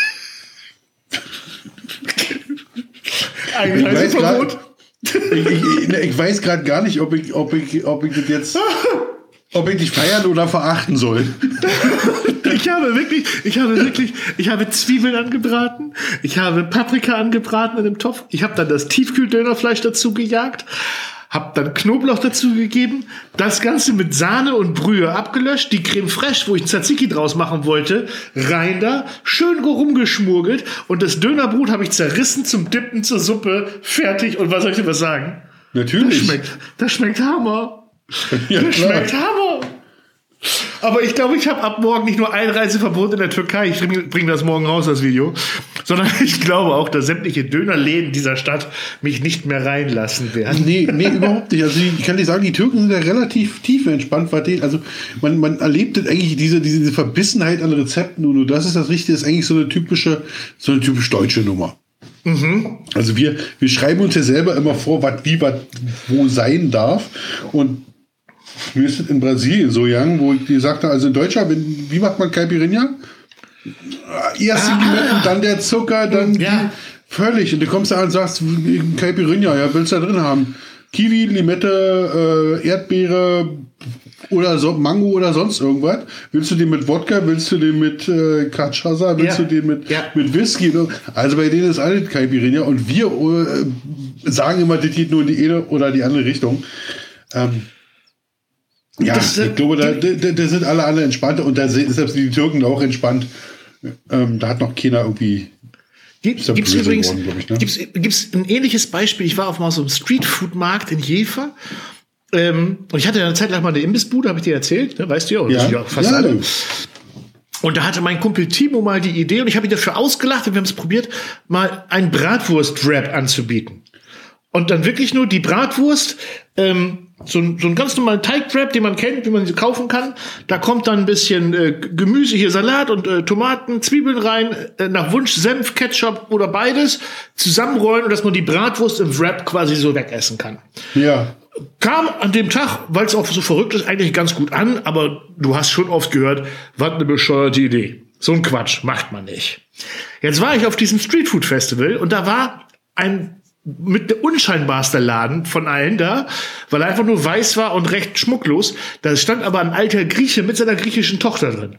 Einreiseverbot. Ich, ich, ich weiß gerade gar nicht, ob ich, ob ich, ob ich das jetzt, ob ich dich feiern oder verachten soll. Ich habe wirklich, ich habe wirklich, ich habe Zwiebeln angebraten, ich habe Paprika angebraten in einem Topf, ich habe dann das Tiefkühl-Dönerfleisch dazu gejagt, habe dann Knoblauch dazu gegeben, das Ganze mit Sahne und Brühe abgelöscht, die Creme Fraiche, wo ich Tzatziki draus machen wollte, rein da, schön rumgeschmurgelt und das Dönerbrot habe ich zerrissen zum Dippen zur Suppe, fertig. Und was soll ich dir was sagen? Natürlich. Das schmeckt, das schmeckt Hammer. Ja, das klar. schmeckt Hammer. Aber ich glaube, ich habe ab morgen nicht nur Einreiseverbot in der Türkei, ich bringe bring das morgen raus, das Video, sondern ich glaube auch, dass sämtliche Dönerläden dieser Stadt mich nicht mehr reinlassen werden. Nee, nee, überhaupt nicht. Also ich kann dir sagen, die Türken sind ja relativ tiefenentspannt, weil die, also man, man erlebt eigentlich diese, diese Verbissenheit an Rezepten und das ist das Richtige, ist eigentlich so eine typische, so eine typisch deutsche Nummer. Mhm. Also wir, wir schreiben uns ja selber immer vor, was wie was wo sein darf und mir ist es in Brasilien so, Young, wo ich dir sagte, also in Deutschland, wenn, wie macht man Caipirinha? Erst die Limetten, dann der Zucker, dann ja. die, völlig. Und du kommst da und sagst, Caipirinha, ja, willst du da drin haben? Kiwi, Limette, äh, Erdbeere oder so, Mango oder sonst irgendwas. Willst du den mit Wodka? Willst du den mit äh, Cachaça? Willst ja. du den mit, ja. mit Whisky? Also bei denen ist alles Caipirinha und wir äh, sagen immer, das geht nur in die eine oder die andere Richtung. Ähm, Ja, das, ich glaube, da, da, da sind alle alle entspannt und da sind selbst die Türken auch entspannt. Ähm, da hat noch keiner irgendwie. Gibt es übrigens worden, ich, ne? gibt's, gibt's ein ähnliches Beispiel? Ich war auf mal so einem Streetfood-Markt in Jever ähm, und ich hatte eine Zeit lang mal eine Imbissbude, habe ich dir erzählt, ne? Weißt du ja, oder ja. ja fast ja, alle. ja. Und da hatte mein Kumpel Timo mal die Idee und ich habe ihn dafür ausgelacht und wir haben es probiert, mal einen Bratwurst-Wrap anzubieten. Und dann wirklich nur die Bratwurst, ähm, so, ein, so einen ganz normalen Teigwrap, den man kennt, wie man sie kaufen kann. Da kommt dann ein bisschen äh, Gemüse, hier Salat und äh, Tomaten, Zwiebeln rein, äh, nach Wunsch Senf, Ketchup oder beides, zusammenrollen und dass man die Bratwurst im Wrap quasi so wegessen kann. Ja. Kam an dem Tag, weil es auch so verrückt ist, eigentlich ganz gut an, aber du hast schon oft gehört, was eine bescheuerte Idee. So ein Quatsch macht man nicht. Jetzt war ich auf diesem Streetfood Festival und da war ein mit der unscheinbarste Laden von allen da, weil er einfach nur weiß war und recht schmucklos. Da stand aber ein alter Grieche mit seiner griechischen Tochter drin.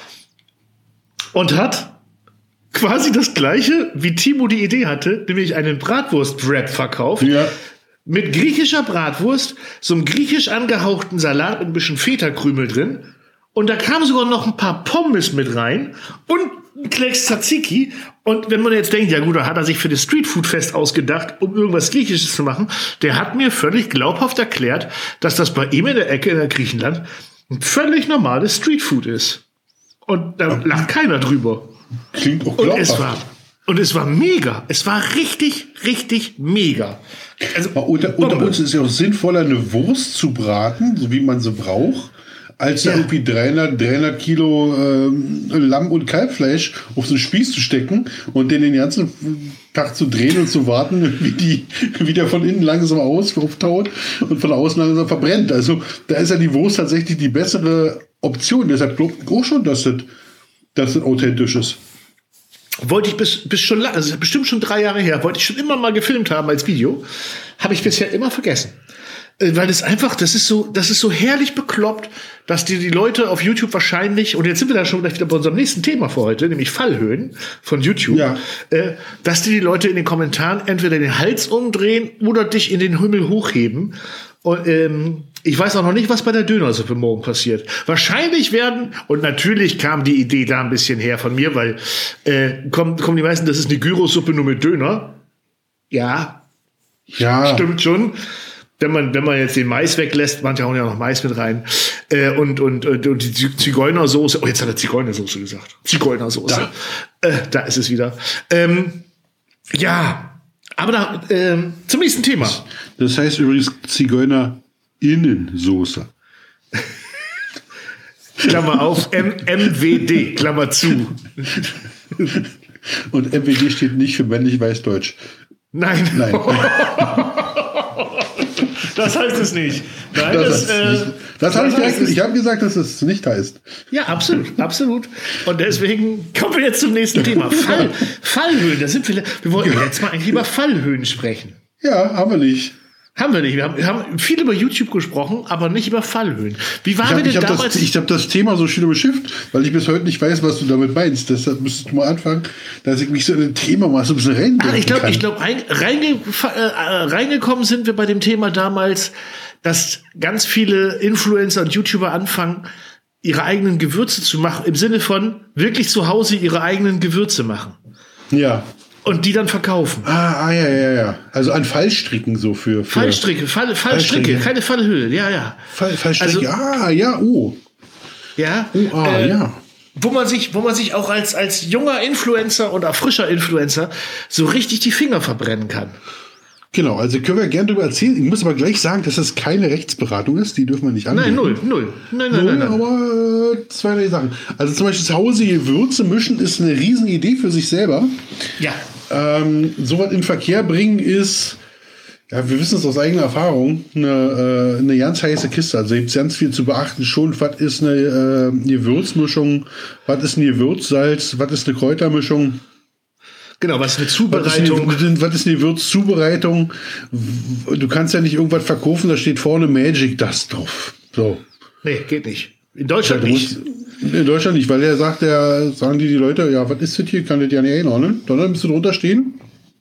Und hat quasi das Gleiche, wie Timo die Idee hatte, nämlich einen Bratwurst-Wrap verkauft. Ja. Mit griechischer Bratwurst, so einem griechisch angehauchten Salat mit ein bisschen Feta-Krümel drin Und da kamen sogar noch ein paar Pommes mit rein und ein Klecks Tzatziki. Und wenn man jetzt denkt, ja gut, da hat er sich für das Streetfood-Fest ausgedacht, um irgendwas Griechisches zu machen, der hat mir völlig glaubhaft erklärt, dass das bei ihm in der Ecke in der Griechenland ein völlig normales Streetfood ist. Und da lacht keiner drüber. Klingt auch und glaubhaft. es war Und es war mega. Es war richtig, richtig mega. Also, unter, unter uns ist es ja auch sinnvoller, eine Wurst zu braten, so wie man sie braucht, als ja. irgendwie dreihundert, dreihundert Kilo ähm, Lamm- und Kalbfleisch auf so einen Spieß zu stecken und den den ganzen Tag zu drehen und zu warten, wie, die, wie der von innen langsam auftaut und von außen langsam verbrennt. Also da ist ja die Wurst tatsächlich die bessere Option. Deshalb glaube ich auch schon, dass das, dass das authentisch ist. Wollte ich bis, bis schon, also bestimmt schon drei Jahre her, wollte ich schon immer mal gefilmt haben als Video. Habe ich bisher immer vergessen. Weil das einfach, das ist so, das ist so herrlich bekloppt, dass die, die Leute auf YouTube wahrscheinlich, und jetzt sind wir da schon gleich wieder bei unserem nächsten Thema für heute, nämlich Fallhöhen von YouTube, ja. äh, dass die die Leute in den Kommentaren entweder den Hals umdrehen oder dich in den Himmel hochheben. Und ähm, ich weiß auch noch nicht, was bei der Dönersuppe morgen passiert. Wahrscheinlich werden, und natürlich kam die Idee da ein bisschen her von mir, weil äh, kommen, kommen die meisten, das ist eine Gyrosuppe nur mit Döner. Ja, ja. Stimmt schon. Wenn man, wenn man jetzt den Mais weglässt, manche hauen ja noch Mais mit rein. Äh, und, und, und, und die Zigeunersoße, oh, jetzt hat er Zigeunersoße gesagt. Zigeunersoße. Da, äh, da ist es wieder. Ähm, ja, aber da, ähm, zum nächsten Thema. Das heißt übrigens Zigeuner-Innensoße. Klammer auf, M W D, Klammer zu. Und M W D steht nicht für männlich-weiß-deutsch. Nein. Nein. Das heißt es nicht. Nein, das das, äh, nicht. das habe ich heißt gesagt. Ich habe gesagt, dass es nicht heißt. Ja, absolut, absolut. Und deswegen kommen wir jetzt zum nächsten Thema. Fall, Fallhöhen. Da sind wir, wir wollten jetzt mal eigentlich über Fallhöhen sprechen. Ja, haben wir nicht. Haben wir nicht. Wir haben, wir haben viel über YouTube gesprochen, aber nicht über Fallhöhen. Wie waren ich hab, wir denn ich hab damals? Das, ich habe das Thema so schön beschifft, weil ich bis heute nicht weiß, was du damit meinst. Deshalb müsstest du mal anfangen, dass ich mich so in ein Thema mal so ein bisschen reindenken Ah, ich glaube, kann. ich glaube, reinge, äh, reingekommen sind wir bei dem Thema damals, dass ganz viele Influencer und YouTuber anfangen, ihre eigenen Gewürze zu machen, im Sinne von wirklich zu Hause ihre eigenen Gewürze machen. Ja. Und die dann verkaufen. Ah, ah ja, ja, ja. Also an Fallstricken so für. für Fallstricke, Fall, Fallstricke, Fallstricke. keine Fallhöhe, ja, ja. Fall, Fallstricke, Also, ah, ja, oh. Ja. Oh, ah, äh, ja. Wo man sich, wo man sich auch als, als junger Influencer und auch frischer Influencer so richtig die Finger verbrennen kann. Genau, also können wir gerne darüber erzählen. Ich muss aber gleich sagen, dass das keine Rechtsberatung ist. Die dürfen wir nicht anwenden. Nein, null, null. Nein, nein, null, nein, nein. Aber äh, zwei, drei Sachen. Also zum Beispiel zu Hause Gewürze mischen ist eine Riesenidee für sich selber. Ja. Ähm, sowas in Verkehr bringen ist, ja, wir wissen es aus eigener Erfahrung, eine, äh, eine ganz heiße Kiste. Also gibt es ganz viel zu beachten. Schon, was ist eine äh, Gewürzmischung, was ist ein Gewürzsalz, was ist eine Kräutermischung. Genau, was ist eine Was Zubereitung? ist eine, was ist eine Gewürzzubereitung? Du kannst ja nicht irgendwas verkaufen, da steht vorne Magic Dust drauf. So. Nee, geht nicht. In Deutschland Ja, nicht. musst, in Deutschland nicht, weil er sagt, ja, sagen die, die Leute, ja, was ist das hier? Kann das ja nicht einordnen. Dann müsste drunter stehen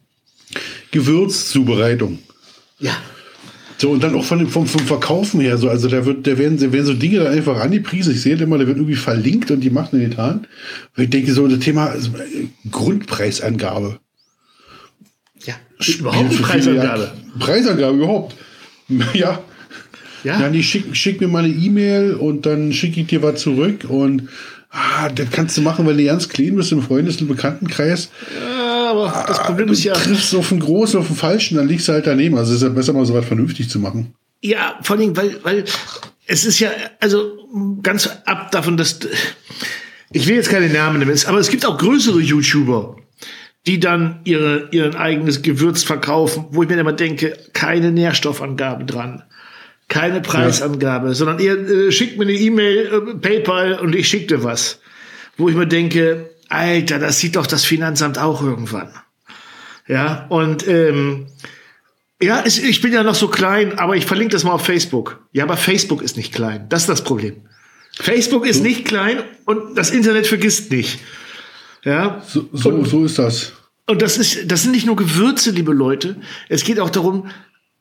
Gewürzzubereitung. Ja. So, und dann auch von dem, vom, vom Verkaufen her so. Also da wird, da werden, da werden so Dinge dann einfach angepriesen. Ich sehe das immer, da wird irgendwie verlinkt und die machen in den Taten. Weil ich denke, so das Thema also, Grundpreisangabe. Ja. Überhaupt eine Für viele Preisangabe. Jahre- Preisangabe überhaupt. Ja. Ja. Ja, die schick, schick mir mal eine E-Mail und dann schicke ich dir was zurück und ah, das kannst du machen, wenn du ganz clean bist im Freundes- und Bekanntenkreis. Ja, aber das Problem du ist ja. triffst auf einen großen, auf einen falschen, dann liegst du halt daneben. Also es ist ja besser, mal so was vernünftig zu machen. Ja, vor allem, weil, weil es ist ja, also ganz ab davon, dass ich will jetzt keine Namen nennen, aber es gibt auch größere YouTuber, die dann ihre, ihren eigenes Gewürz verkaufen, wo ich mir immer denke, keine Nährstoffangaben dran. Keine Preisangabe, ja. sondern ihr äh, schickt mir eine E-Mail, äh, PayPal und ich schicke dir was. Wo ich mir denke, Alter, das sieht doch das Finanzamt auch irgendwann. Ja, und ähm, ja, es, ich bin ja noch so klein, aber ich verlinke das mal auf Facebook. Ja, aber Facebook ist nicht klein. Das ist das Problem. Facebook ist nicht klein und das Internet vergisst nicht. Ja. So, so, und, so ist das. Und das ist, das sind nicht nur Gewürze, liebe Leute. Es geht auch darum,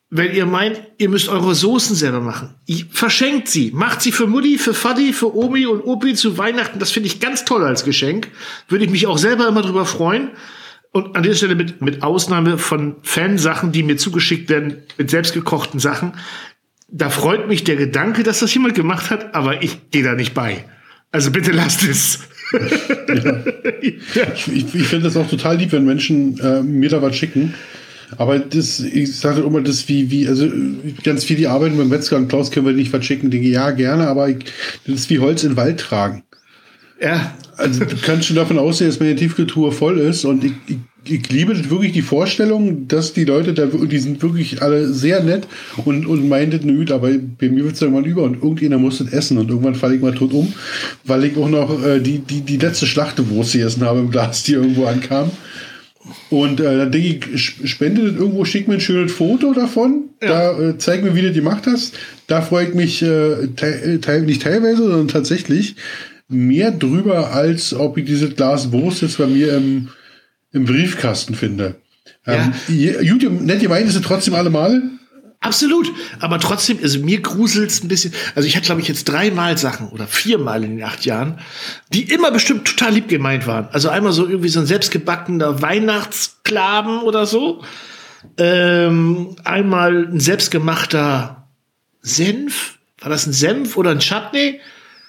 wenn ihr meint, ihr müsst eure Soßen selber machen. Ich, verschenkt sie. Macht sie für Mutti, für Vati, für Omi und Opi zu Weihnachten. Das finde ich ganz toll als Geschenk. Würde ich mich auch selber immer drüber freuen. Und an dieser Stelle mit, mit Ausnahme von Fansachen, die mir zugeschickt werden, mit selbstgekochten Sachen. Da freut mich der Gedanke, dass das jemand gemacht hat, aber ich gehe da nicht bei. Also bitte lasst es. Ja. Ich, ich, ich finde das auch total lieb, wenn Menschen äh, mir da was schicken. Aber das, ich sage immer, das wie, wie, also ganz viel die arbeiten beim Metzger und Klaus, können wir nicht was schicken. Denke, ja, gerne, aber ich, das ist wie Holz in den Wald tragen. Ja. Also du kannst schon davon ausgehen, dass meine Tiefkühltruhe voll ist und ich, ich, ich liebe das wirklich die Vorstellung, dass die Leute da, die sind wirklich alle sehr nett und, und meinen das nüt, aber bei mir wird es irgendwann über und irgendjemand muss das essen und irgendwann falle ich mal tot um, weil ich auch noch äh, die, die, die letzte Schlachtewurst gegessen habe im Glas, die irgendwo ankam. Und äh, dann denke ich, spende das irgendwo, schick mir ein schönes Foto davon, ja. Da äh, zeig mir, wie du die gemacht hast. Da freue ich mich äh, te te nicht teilweise, sondern tatsächlich mehr drüber, als ob ich dieses Glas Wurst jetzt bei mir im, im Briefkasten finde. Ähm, ja. YouTube, nett gemeint ist es trotzdem alle Male. Absolut, aber trotzdem, also mir gruselt's ein bisschen. Also ich hatte, glaube ich, jetzt dreimal Sachen oder viermal in den acht Jahren, die immer bestimmt total lieb gemeint waren. Also einmal so irgendwie so ein selbstgebackener Weihnachtsklaben oder so. Ähm, einmal ein selbstgemachter Senf. War das ein Senf oder ein Chutney?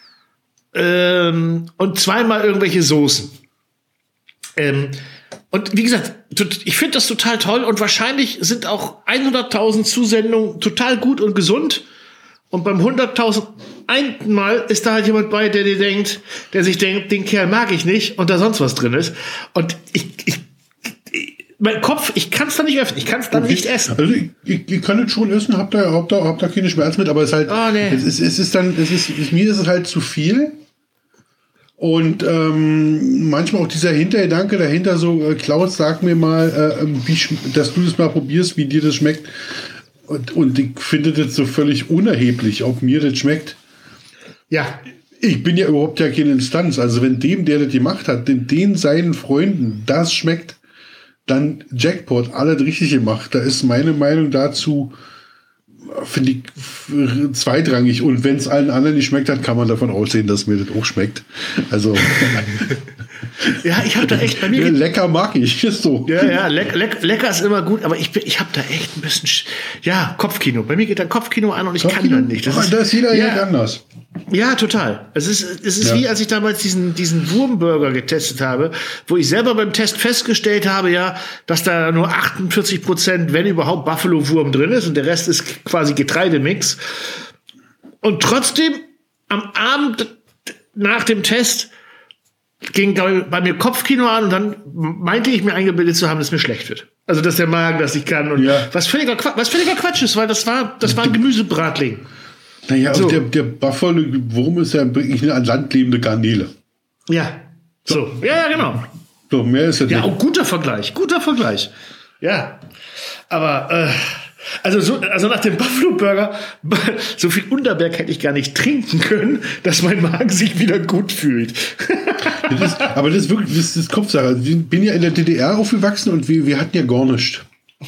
Ähm, und zweimal irgendwelche Soßen. Ähm, Und wie gesagt, ich finde das total toll und wahrscheinlich sind auch hunderttausend Zusendungen total gut und gesund. Und beim hunderttausend Mal ist da halt jemand bei, der dir denkt, der sich denkt, den Kerl mag ich nicht und da sonst was drin ist. Und ich, ich, ich mein Kopf, ich kann es da nicht öffnen, ich kann es dann okay. nicht essen. Also ich, ich, ich kann es schon essen, hab da, hab da, hab da keine Schmerzen mit, aber es ist halt, oh, nee. es, ist, es ist dann, es ist, mir ist es halt zu viel. Und ähm, manchmal auch dieser Hintergedanke dahinter, so, äh, Klaus, sag mir mal, äh, wie, dass du das mal probierst, wie dir das schmeckt. Und, und ich finde das so völlig unerheblich, ob mir das schmeckt. Ja. Ich bin ja überhaupt ja keine Instanz. Also wenn dem, der das gemacht hat, den, den seinen Freunden das schmeckt, dann Jackpot, alles richtig gemacht. Da ist meine Meinung dazu, finde ich, zweitrangig. Und wenn es allen anderen nicht schmeckt, dann kann man davon aussehen, dass mir das auch schmeckt. Also ja, ich habe da echt bei mir ja, lecker mag ich, ist so. Ja, ja, leck, leck, lecker ist immer gut, aber ich bin, ich habe da echt ein bisschen ja, Kopfkino. Bei mir geht dann Kopfkino an und ich Kopfkino? kann dann nicht. Das oh, ist, da ist jeder ja, ja anders. Ja, total. Es ist, es ist ja. wie, als ich damals diesen, diesen Wurmburger getestet habe, wo ich selber beim Test festgestellt habe, ja, dass da nur achtundvierzig Prozent, wenn überhaupt, Buffalo-Wurm drin ist und der Rest ist quasi Getreidemix. Und trotzdem, am Abend nach dem Test ging bei mir Kopfkino an und dann meinte ich mir eingebildet zu haben, dass mir schlecht wird. Also, dass der Magen das nicht kann und ja. was völliger Quatsch, was völliger Quatsch ist, weil das war, das war ein Gemüsebratling. Naja, so. der, der Buffalo-Wurm ist ja wirklich eine an Land lebende Garnele. Ja, so. Ja, ja, genau. So, mehr ist ja Ja, auch guter Vergleich, guter Vergleich. Ja, aber, äh, also, so, also nach dem Buffalo-Burger, so viel Unterberg hätte ich gar nicht trinken können, dass mein Magen sich wieder gut fühlt. Das ist, aber das ist wirklich, das ist Kopfsache. Ich bin ja in der D D R aufgewachsen und wir, wir hatten ja gar nichts.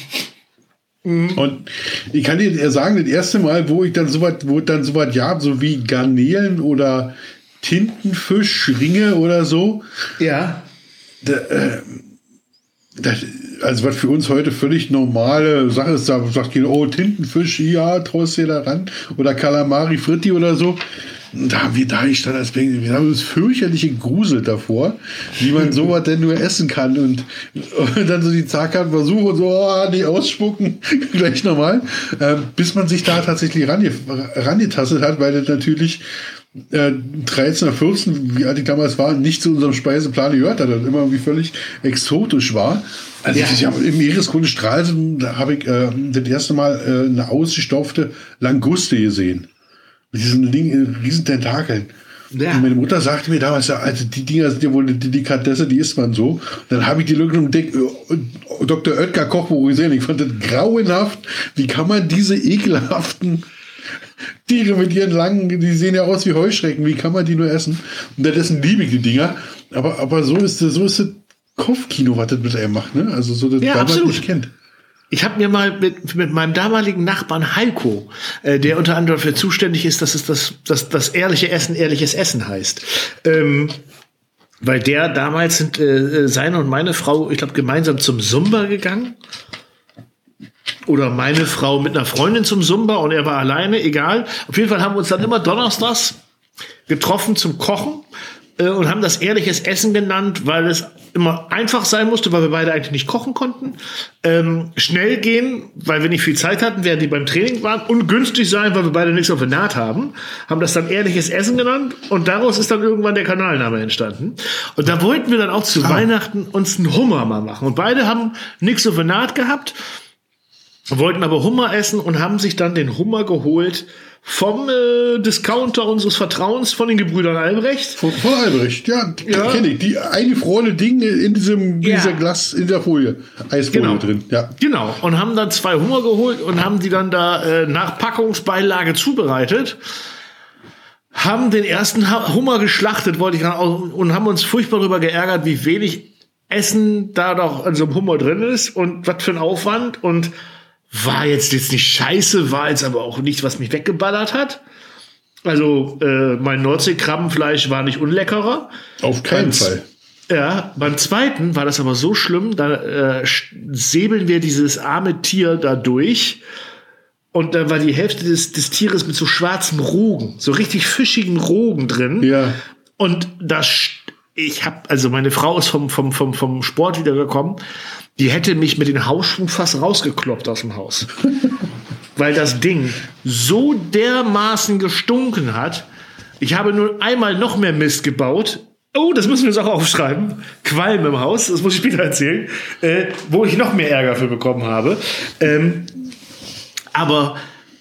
Mhm. Und ich kann dir sagen, das erste Mal, wo ich dann so was, wo dann so was ja, so wie Garnelen oder Tintenfisch, Ringe oder so. Ja. Da, äh, das, also was für uns heute völlig normale Sache ist, da sagt jeder, oh, Tintenfisch, ja, traust du dir da ran? Oder Calamari Fritti oder so. Da haben wir da ich dann als Baby, wir haben uns fürchterliche Grusel davor, wie man sowas denn nur essen kann und, und dann so die zaghaften Versuche und so, oh, nicht ausspucken, gleich nochmal, äh, bis man sich da tatsächlich rangetastet hat, weil das natürlich äh, dreizehn oder vierzehn, wie alt ich damals war, nicht zu unserem Speiseplan gehört hat und immer irgendwie völlig exotisch war. Also ja. Ich, ich, im Meeresgrund Stralsund, da habe ich äh, das erste Mal äh, eine ausgestopfte Languste gesehen. Mit diesen Ding, riesen Tentakeln. Ja. Und meine Mutter sagte mir damals, also die Dinger sind ja wohl eine Delikatesse, die isst man so. Und dann habe ich die Lücke und denke, Doktor Oetker Kochbuch gesehen. Ich fand das grauenhaft. Wie kann man diese ekelhaften Tiere mit ihren langen, die sehen ja aus wie Heuschrecken, wie kann man die nur essen? Und stattdessen liebe ich die Dinger. Aber, aber so ist das, so ist das Kopfkino, was das mit einem macht, ne? Also so, das, ja, weil man absolut. nicht kennt. Ich habe mir mal mit, mit meinem damaligen Nachbarn Heiko, äh, der unter anderem dafür zuständig ist, dass es das, das, das ehrliche Essen ehrliches Essen heißt. Ähm, weil der damals sind äh, seine und meine Frau, ich glaube, gemeinsam zum Zumba gegangen. Oder meine Frau mit einer Freundin zum Zumba und er war alleine, egal. Auf jeden Fall haben wir uns dann immer donnerstags getroffen zum Kochen äh, und haben das ehrliches Essen genannt, weil es immer einfach sein musste, weil wir beide eigentlich nicht kochen konnten. Ähm, schnell gehen, weil wir nicht viel Zeit hatten, während die beim Training waren. Und günstig sein, weil wir beide nichts auf der Naht haben. Haben das dann ehrliches Essen genannt und daraus ist dann irgendwann der Kanalname entstanden. Und da wollten wir dann auch zu ah. Weihnachten uns einen Hummer mal machen. Und beide haben nichts auf der Naht gehabt, wollten aber Hummer essen und haben sich dann den Hummer geholt vom äh, Discounter unseres Vertrauens, von den Gebrüdern Albrecht. Von, von Albrecht, ja, ja. kenne ich. Die eingefrorene Dinge in diesem ja. dieser Glas, in der Folie, Eisfolie genau. drin. Ja. Genau, und haben dann zwei Hummer geholt und haben die dann da äh, nach Packungsbeilage zubereitet. Haben den ersten Hummer geschlachtet, wollte ich sagen, und haben uns furchtbar darüber geärgert, wie wenig Essen da doch an so einem Hummer drin ist und was für ein Aufwand und war jetzt jetzt nicht scheiße, war jetzt aber auch nichts, was mich weggeballert hat. Also äh, mein Nordseekrabbenfleisch war nicht unleckerer. Auf keinen beim, Fall. Ja, beim zweiten war das aber so schlimm, da äh, säbeln wir dieses arme Tier da durch und da war die Hälfte des, des Tieres mit so schwarzem Rogen, so richtig fischigen Rogen drin. Ja. Und das, ich hab, also meine Frau ist vom, vom, vom, vom Sport wiedergekommen. Die hätte mich mit den Hausschuhen fast rausgekloppt aus dem Haus. Weil das Ding so dermaßen gestunken hat. Ich habe nur einmal noch mehr Mist gebaut. Oh, das müssen wir uns auch aufschreiben. Qualm im Haus, das muss ich später erzählen. Äh, wo ich noch mehr Ärger für bekommen habe. Ähm, aber,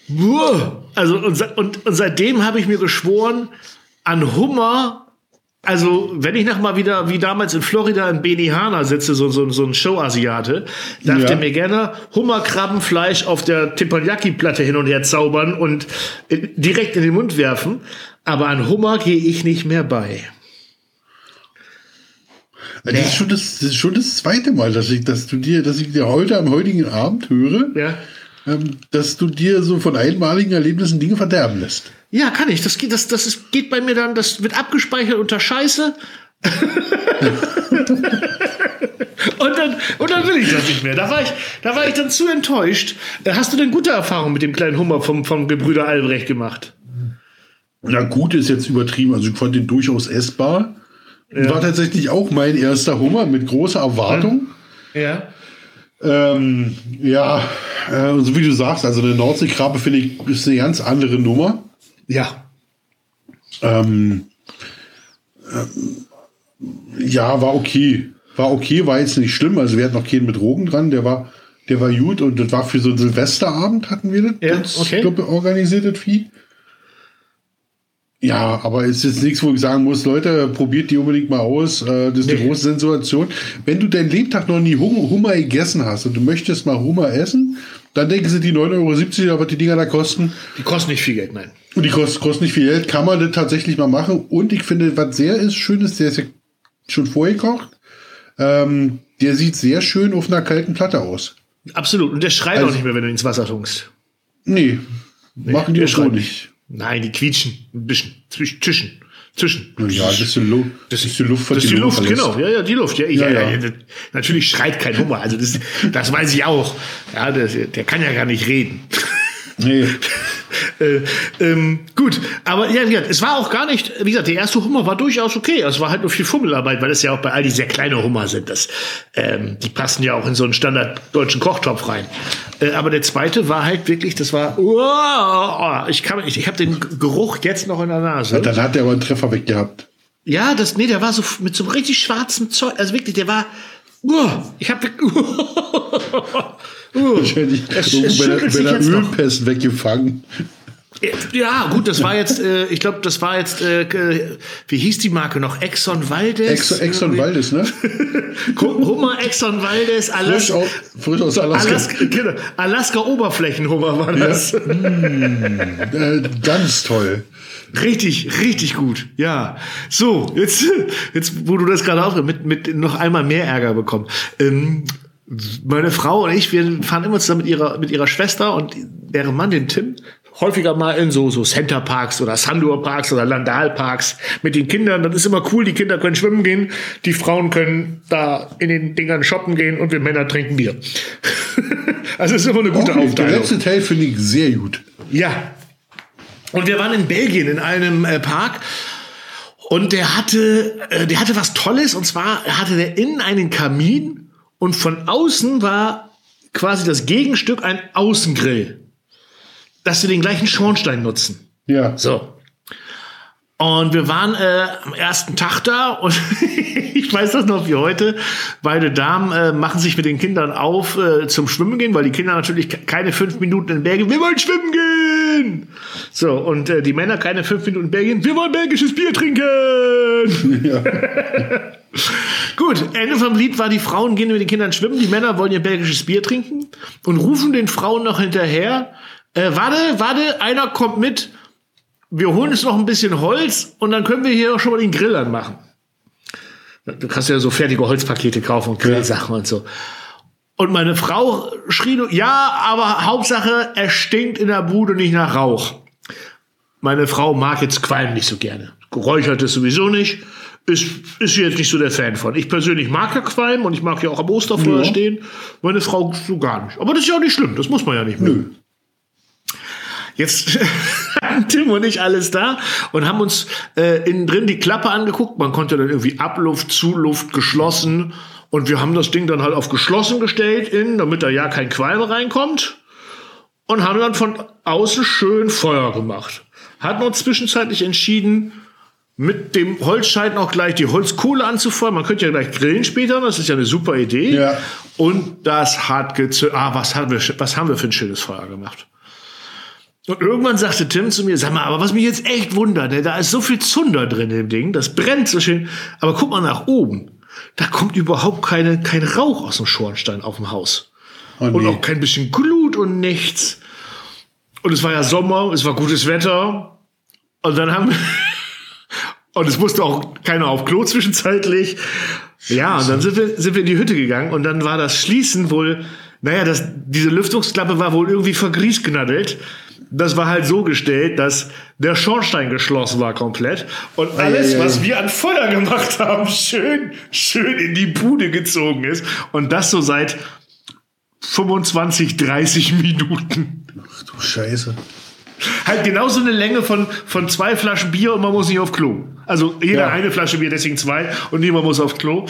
also, und, und, und seitdem habe ich mir geschworen, an Hummer. Also, wenn ich noch mal wieder, wie damals in Florida in Benihana sitze, so, so, so ein Show-Asiate, darf ja. der mir gerne Hummerkrabbenfleisch auf der Teppanyaki-Platte hin und her zaubern und äh, direkt in den Mund werfen. Aber an Hummer gehe ich nicht mehr bei. Das, nee. ist schon das, das ist schon das zweite Mal, dass ich, dass du dir, dass ich dir heute am heutigen Abend höre, ja. ähm, dass du dir so von einmaligen Erlebnissen Dinge verderben lässt. Ja, kann ich. Das geht, das, das ist, geht bei mir dann, das wird abgespeichert unter Scheiße. und, dann, und dann will ich das nicht mehr. Da war ich, da war ich dann zu enttäuscht. Hast du denn gute Erfahrungen mit dem kleinen Hummer vom, vom Gebrüder Albrecht gemacht? Na, gut ist jetzt übertrieben. Also ich fand den durchaus essbar. Ja. War tatsächlich auch mein erster Hummer mit großer Erwartung. Ja. Ähm, ja, äh, so wie du sagst, also eine Nordseekrabbe finde ich ist eine ganz andere Nummer. Ja. Ähm, ähm, ja, war okay. War okay, war jetzt nicht schlimm. Also wir hatten noch keinen mit Rogen dran. Der war, der war gut und das war für so einen Silvesterabend hatten wir das. Ja, das okay. Ich glaube, organisiert das Vieh. Ja, aber es ist jetzt nichts, wo ich sagen muss, Leute, probiert die unbedingt mal aus. Das ist nee. eine große Sensation. Wenn du deinen Lebtag noch nie Hummer gegessen hast und du möchtest mal Hummer essen, dann denken sie, die neun Euro siebzig, was die Dinger da kosten. Die kosten nicht viel Geld, nein. Und die kosten, kosten nicht viel Geld, kann man das tatsächlich mal machen. Und ich finde, was sehr ist, schön ist, der ist ja schon vorgekocht. Ähm, der sieht sehr schön auf einer kalten Platte aus. Absolut. Und der schreit also, auch nicht mehr, wenn du ihn ins Wasser tunkst. Nee, nee machen die auch nicht. Nein, die quietschen ein bisschen. Zwischen. Zwischen. Ja, das ist die Luft. Das ist die Luft, das ist die Luft, genau. Ja, ja, die Luft. Ja, ja, ja, ja. Ja. Natürlich schreit kein Hummer. Also das, das weiß ich auch. Ja, das, der kann ja gar nicht reden. Nee. äh, ähm, gut, aber ja, ja, es war auch gar nicht, wie gesagt, der erste Hummer war durchaus okay. Es war halt nur viel Fummelarbeit, weil es ja auch bei Aldi sehr kleine Hummer sind. Das, ähm, die passen ja auch in so einen Standard deutschen Kochtopf rein. Äh, aber der zweite war halt wirklich, das war, oh, ich kann, ich, ich habe den Geruch jetzt noch in der Nase. Ja, dann hat der aber einen Treffer weg gehabt. Ja, das, nee, der war so mit so richtig schwarzem Zeug, also wirklich, der war, uh, ich habe uh, wahrscheinlich bei der, bei der Ölpest weggefangen. Ja, gut, das war jetzt, äh, ich glaube, das war jetzt, äh, wie hieß die Marke noch? Exxon Valdez? Exxon, Exxon Valdez, ne? Hummer, Exxon Valdez, Alaska. Frisch, aus, frisch aus Alaska. Alaska, genau, Alaska Oberflächenhummer war das. Ja. mmh, äh, ganz toll. Richtig, richtig gut, ja. So, jetzt, jetzt wo du das gerade auch mit, mit noch einmal mehr Ärger bekommen. Ähm, Meine Frau und ich, wir fahren immer zusammen mit ihrer, mit ihrer Schwester und deren Mann, den Tim, häufiger mal in so, so Centerparks oder Sandur-Parks oder Landal-Parks mit den Kindern. Das ist immer cool. Die Kinder können schwimmen gehen, die Frauen können da in den Dingern shoppen gehen und wir Männer trinken Bier. Also es ist immer eine gute okay, Aufteilung. Der letzte Teil finde ich sehr gut. Ja. Und wir waren in Belgien in einem äh, Park. Und der hatte, äh, der hatte was Tolles. Und zwar hatte der innen einen Kamin. Und von außen war quasi das Gegenstück ein Außengrill, dass wir den gleichen Schornstein nutzen. Ja. So. Und wir waren äh, am ersten Tag da und ich weiß das noch wie heute. Beide Damen äh, machen sich mit den Kindern auf äh, zum Schwimmen gehen, weil die Kinder natürlich keine fünf Minuten in Belgien, wir wollen schwimmen gehen. So, und äh, die Männer keine fünf Minuten in Belgien, wir wollen belgisches Bier trinken. Ja. Gut, Ende vom Lied war, die Frauen gehen mit den Kindern schwimmen, die Männer wollen ihr belgisches Bier trinken und rufen den Frauen noch hinterher, äh, warte, warte, einer kommt mit, wir holen uns noch ein bisschen Holz und dann können wir hier auch schon mal den Grill anmachen. Du kannst ja so fertige Holzpakete kaufen und Grillsachen ja. und so. Und meine Frau schrie nur, ja, aber Hauptsache, er stinkt in der Bude nicht nach Rauch. Meine Frau mag jetzt Qualm nicht so gerne. Geräuchert ist sowieso nicht. Ist, ist jetzt nicht so der Fan von. Ich persönlich mag ja Qualm und ich mag ja auch am Osterfeuer ja. stehen. Meine Frau so gar nicht. Aber das ist ja auch nicht schlimm. Das muss man ja nicht mögen. Nö. Jetzt hatten Tim und ich alles da und haben uns äh, innen drin die Klappe angeguckt. Man konnte dann irgendwie Abluft, Zuluft, geschlossen. Und wir haben das Ding dann halt auf geschlossen gestellt, innen, damit da ja kein Qualm reinkommt. Und haben dann von außen schön Feuer gemacht. Hatten uns zwischenzeitlich entschieden, mit dem Holzscheiten auch gleich die Holzkohle anzufeuern. Man könnte ja gleich grillen später, das ist ja eine super Idee. Ja. Und das hat gezündet. Ah, was haben wir, was haben wir für ein schönes Feuer gemacht? Und irgendwann sagte Tim zu mir, sag mal, aber was mich jetzt echt wundert, da ist so viel Zunder drin im Ding, das brennt so schön. Aber guck mal nach oben, da kommt überhaupt keine, kein Rauch aus dem Schornstein auf dem Haus. Oh, nee. Und auch kein bisschen Glut und nichts. Und es war ja Sommer, es war gutes Wetter. Und dann haben wir... Und es musste auch keiner auf Klo zwischenzeitlich. Ja, und dann sind wir, sind wir in die Hütte gegangen und dann war das Schließen wohl, naja, das, diese Lüftungsklappe war wohl irgendwie vergriesgnaddelt. Das war halt so gestellt, dass der Schornstein geschlossen war komplett. Und alles, was wir an Feuer gemacht haben, schön, schön in die Bude gezogen ist. Und das so seit fünfundzwanzig, dreißig Minuten. Ach du Scheiße. Halt genauso eine Länge von, von zwei Flaschen Bier und man muss nicht auf Klo. Also jeder ja. eine Flasche Bier, deswegen zwei und niemand muss auf Klo.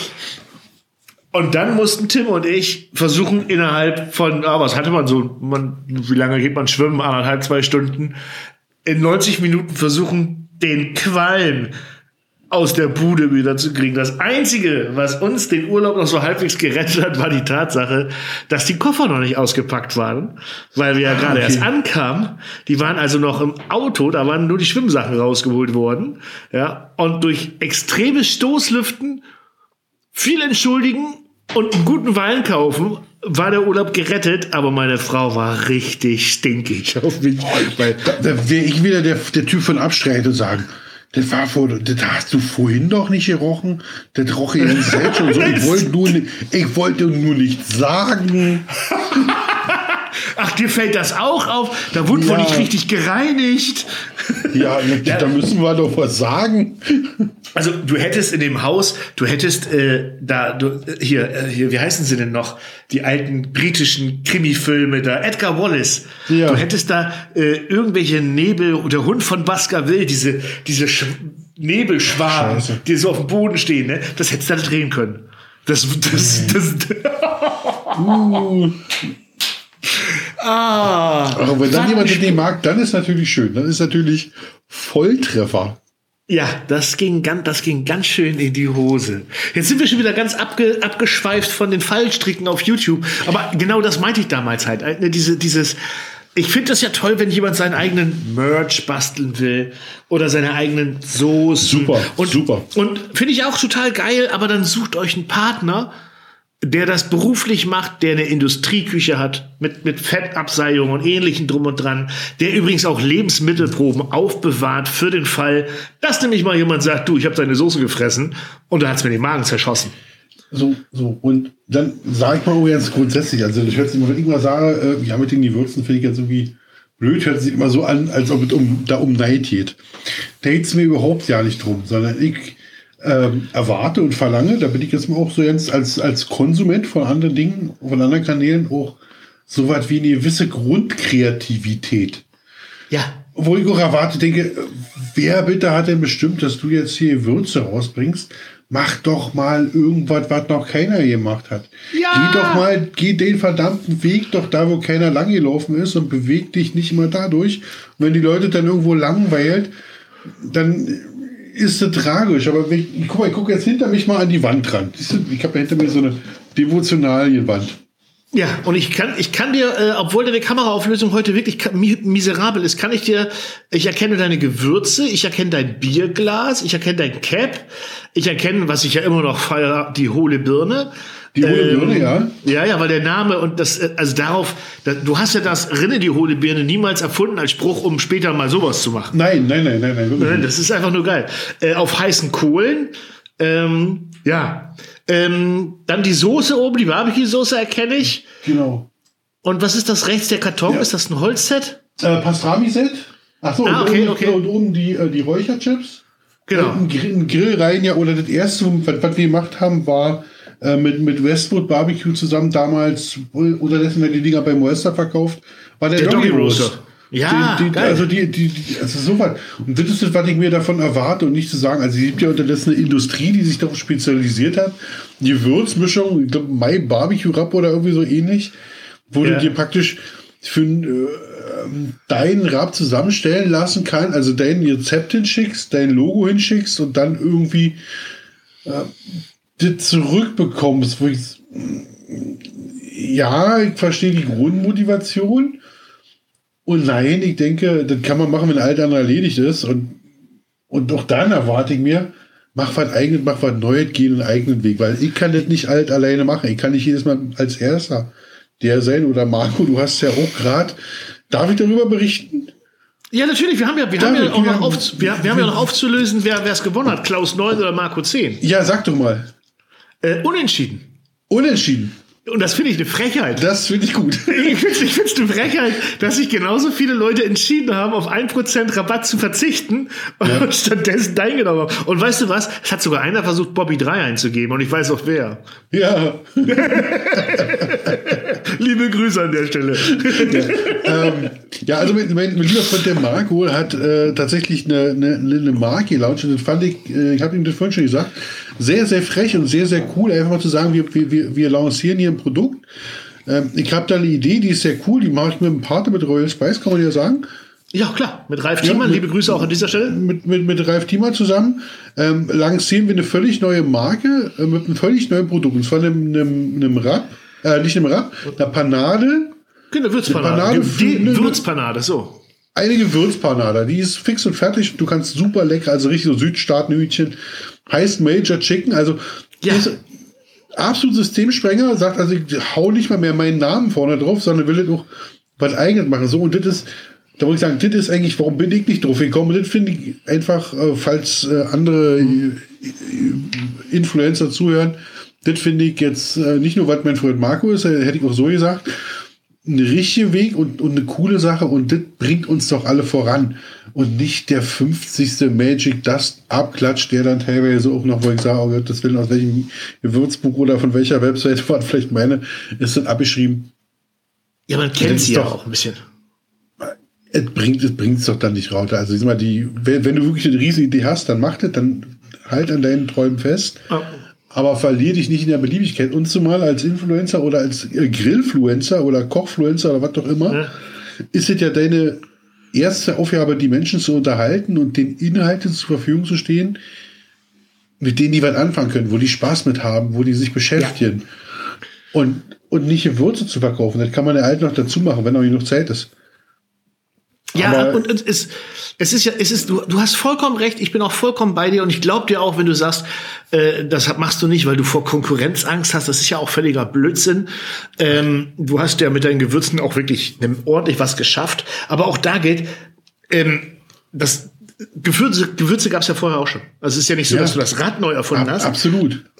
Und dann mussten Tim und ich versuchen innerhalb von, ah, was hatte man so, man, wie lange geht man schwimmen? Anderthalb, zwei Stunden. In neunzig Minuten versuchen, den Qualm aus der Bude wieder zu kriegen. Das Einzige, was uns den Urlaub noch so halbwegs gerettet hat, war die Tatsache, dass die Koffer noch nicht ausgepackt waren, weil wir ja gerade okay. erst ankamen. Die waren also noch im Auto, da waren nur die Schwimmsachen rausgeholt worden. Ja, und durch extremes Stoßlüften, viel entschuldigen und einen guten Wein kaufen, war der Urlaub gerettet, aber meine Frau war richtig stinkig auf mich. Weil da da wäre ich wieder der, der Typ von Abstreiten und sagen, das war vor, das hast du vorhin doch nicht gerochen. Das roch ich jetzt selbst schon so. Ich wollte nur, ich wollte nur nichts sagen. Ach, dir fällt das auch auf? Da wurde ja. wohl nicht richtig gereinigt. Ja, ja, da müssen wir doch was sagen. Also du hättest in dem Haus, du hättest äh, da, du, hier, äh, hier, wie heißen sie denn noch? Die alten britischen Krimi-Filme, da Edgar Wallace. Ja. Du hättest da äh, irgendwelche Nebel, der Hund von Baskerville, diese, diese Sch- Nebelschwaben, Scheiße. Die so auf dem Boden stehen, ne? Das hättest du da drehen können. Das, das, das. uh. Ah, aber wenn dann jemand den mag, dann ist natürlich schön. Dann ist natürlich Volltreffer. Ja, das ging ganz, das ging ganz schön in die Hose. Jetzt sind wir schon wieder ganz abge, abgeschweift von den Fallstricken auf YouTube. Aber genau das meinte ich damals halt. Diese, dieses, ich finde das ja toll, wenn jemand seinen eigenen Merch basteln will oder seine eigenen Soßen. Super, und, super. Und finde ich auch total geil, aber dann sucht euch einen Partner, der das beruflich macht, der eine Industrieküche hat, mit, mit Fettabseiung und ähnlichen drum und dran, der übrigens auch Lebensmittelproben aufbewahrt für den Fall, dass nämlich mal jemand sagt, du, ich habe deine Soße gefressen und da hat's mir den Magen zerschossen. So, so. Und dann sage ich mal auch ganz grundsätzlich, also ich höre es immer, wenn ich mal sage, äh, ja, mit den Gewürzen finde ich jetzt irgendwie blöd, hört sich immer so an, als ob es um, da um Neid geht. Da geht es mir überhaupt ja nicht drum, sondern ich ähm, erwarte und verlange, da bin ich jetzt mal auch so ganz als, als Konsument von anderen Dingen, von anderen Kanälen auch so was wie eine gewisse Grundkreativität. Ja. Wo ich auch erwarte, denke, wer bitte hat denn bestimmt, dass du jetzt hier Gewürze rausbringst? Mach doch mal irgendwas, was noch keiner gemacht hat. Ja. Geh doch mal, geh den verdammten Weg doch da, wo keiner lang gelaufen ist und beweg dich nicht immer dadurch. Und wenn die Leute dann irgendwo langweilt, dann ist das tragisch. Aber wenn ich, guck mal, ich gucke jetzt hinter mich mal an die Wand ran. Ich habe ja hinter mir so eine Devotionalienwand. Ja, und ich kann, ich kann dir, äh, obwohl deine Kameraauflösung heute wirklich mi- miserabel ist, kann ich dir, ich erkenne deine Gewürze, ich erkenne dein Bierglas, ich erkenne dein Cap, ich erkenne, was ich ja immer noch feiere, die hohle Birne. Die hohle ähm, Birne, ja. Ja, ja, weil der Name und das, äh, also darauf, da, du hast ja das Rinne die hohle Birne niemals erfunden als Spruch, um später mal sowas zu machen. Nein, nein, nein, nein, nein. Wirklich Nein, nicht. das ist einfach nur geil. Äh, auf heißen Kohlen, ähm, ja. Ähm, dann die Soße oben, die Barbecue-Soße erkenne ich. Genau. Und was ist das rechts, der Karton? Ja. Ist das ein Holzset? Äh, Pastrami-Set. Achso, Ah, und, okay, oben, okay. und oben die, äh, die Räucherchips. Genau. Äh, Ein Grill, ein Grill rein, ja, oder das erste, was, was wir gemacht haben, war äh, mit, mit Westwood Barbecue zusammen damals, oder dessen die Dinger beim Oyster verkauft, war der, Der Doggy Doggy Roast. Roaster. Ja, die, die, geil. also die, die, die, also so was. Und das ist das, was ich mir davon erwarte und nicht zu sagen. Also es gibt ja unterdessen eine Industrie, die sich darauf spezialisiert hat. Die Würzmischung, ich glaube, My Barbecue Rub oder irgendwie so ähnlich, wo Ja. du dir praktisch für äh, deinen Rab zusammenstellen lassen kann, also dein Rezept hinschickst, dein Logo hinschickst und dann irgendwie äh, das zurückbekommst, wo ich ja, ich verstehe die Grundmotivation. Und nein, ich denke, das kann man machen, wenn alles andere erledigt ist. Und, und auch dann erwarte ich mir, mach was eigenes, mach was Neues, geh einen eigenen Weg. Weil ich kann das nicht alles alleine machen. Ich kann nicht jedes Mal als Erster der sein. Oder Marco, du hast ja auch gerade, darf ich darüber berichten? Ja, natürlich. Wir haben ja, wir Darf haben ja ich- auch wir noch, haben- auf, wir, wir haben ja noch aufzulösen, wer es gewonnen hat. Klaus neun oder Marco zehn. Ja, sag doch mal. Äh, unentschieden. Unentschieden. Und das finde ich eine Frechheit. Das finde ich gut. Ich finde es ich find's eine Frechheit, dass sich genauso viele Leute entschieden haben, auf ein Prozent Rabatt zu verzichten und Ja. stattdessen dein genommen haben. Und weißt du was? Es hat sogar einer versucht, Bobby drei einzugeben und ich weiß auch wer. Ja. Liebe Grüße an der Stelle. ähm, ja, also mein, mein, mein lieber Freund, der Marco, hat äh, tatsächlich eine, eine, eine Marke gelauncht und das fand ich, äh, ich habe ihm das vorhin schon gesagt, sehr, sehr frech und sehr, sehr cool, einfach mal zu sagen, wir, wir, wir lancieren hier ein Produkt. Ähm, ich habe da eine Idee, die ist sehr cool, die mache ich mit einem Partner, mit Royal Spice, kann man ja sagen. Ja, klar. Mit Ralf Ja, Thiemann. mit- Liebe Grüße auch an dieser Stelle. Mit, mit, mit Ralf Thiemann zusammen ähm, lancieren wir eine völlig neue Marke äh, mit einem völlig neuen Produkt. Und zwar einem, einem, einem Rap, äh, nicht einem Rap, einer Panade, Genau, Würzpanade. Panade Die, für- die ne- Würzpanade, so. eine Gewürzpanade. Die ist fix und fertig. Du kannst super lecker, also richtig so Südstaatenhütchen. Heißt Major Chicken, also Ja. ist absolut Systemsprenger, sagt also, ich hau nicht mal mehr meinen Namen vorne drauf, sondern will das auch was eigenes machen. So, und das ist, da muss ich sagen, das ist eigentlich, warum bin ich nicht drauf gekommen? Das finde ich einfach, äh, falls äh, andere äh, Influencer zuhören, das finde ich jetzt äh, nicht nur, was mein Freund Marco ist, äh, hätte ich auch so gesagt, ein richtiger Weg und, und eine coole Sache und das bringt uns doch alle voran und nicht der fünfzigste Magic Dust Abklatsch, der dann teilweise auch noch, wo ich sage, oh Gott, das will aus welchem Gewürzbuch oder von welcher Webseite war vielleicht meine, ist dann abgeschrieben. Ja, man Das kennt ist sie ja doch- auch ein bisschen. Es bringt es bringt's doch dann nicht raus. Also ich sag mal, die, wenn, wenn du wirklich eine riesige Idee hast, dann mach das, dann halt an deinen Träumen fest. Ja. Aber verlier dich nicht in der Beliebigkeit. Und zumal als Influencer oder als äh, Grillfluencer oder Kochfluencer oder was auch immer, Ja. ist es ja deine erste Aufgabe, die Menschen zu unterhalten und den Inhalten zur Verfügung zu stehen, mit denen die was anfangen können, wo die Spaß mit haben, wo die sich beschäftigen. Und, und nicht Gewürze zu verkaufen. Das kann man ja halt noch dazu machen, wenn noch genug Zeit ist. Ja, Aber- und, und es, es ist ja, es ist, du, du hast vollkommen recht, ich bin auch vollkommen bei dir und ich glaube dir auch, wenn du sagst, äh, das machst du nicht, weil du vor Konkurrenz Angst hast, das ist ja auch völliger Blödsinn. Ähm, du hast ja mit deinen Gewürzen auch wirklich ordentlich was geschafft, aber auch da gilt, ähm, das Gewürze, Gewürze gab es ja vorher auch schon. Also es ist ja nicht so, Ja. dass du das Rad neu erfunden Ab, hast. absolut.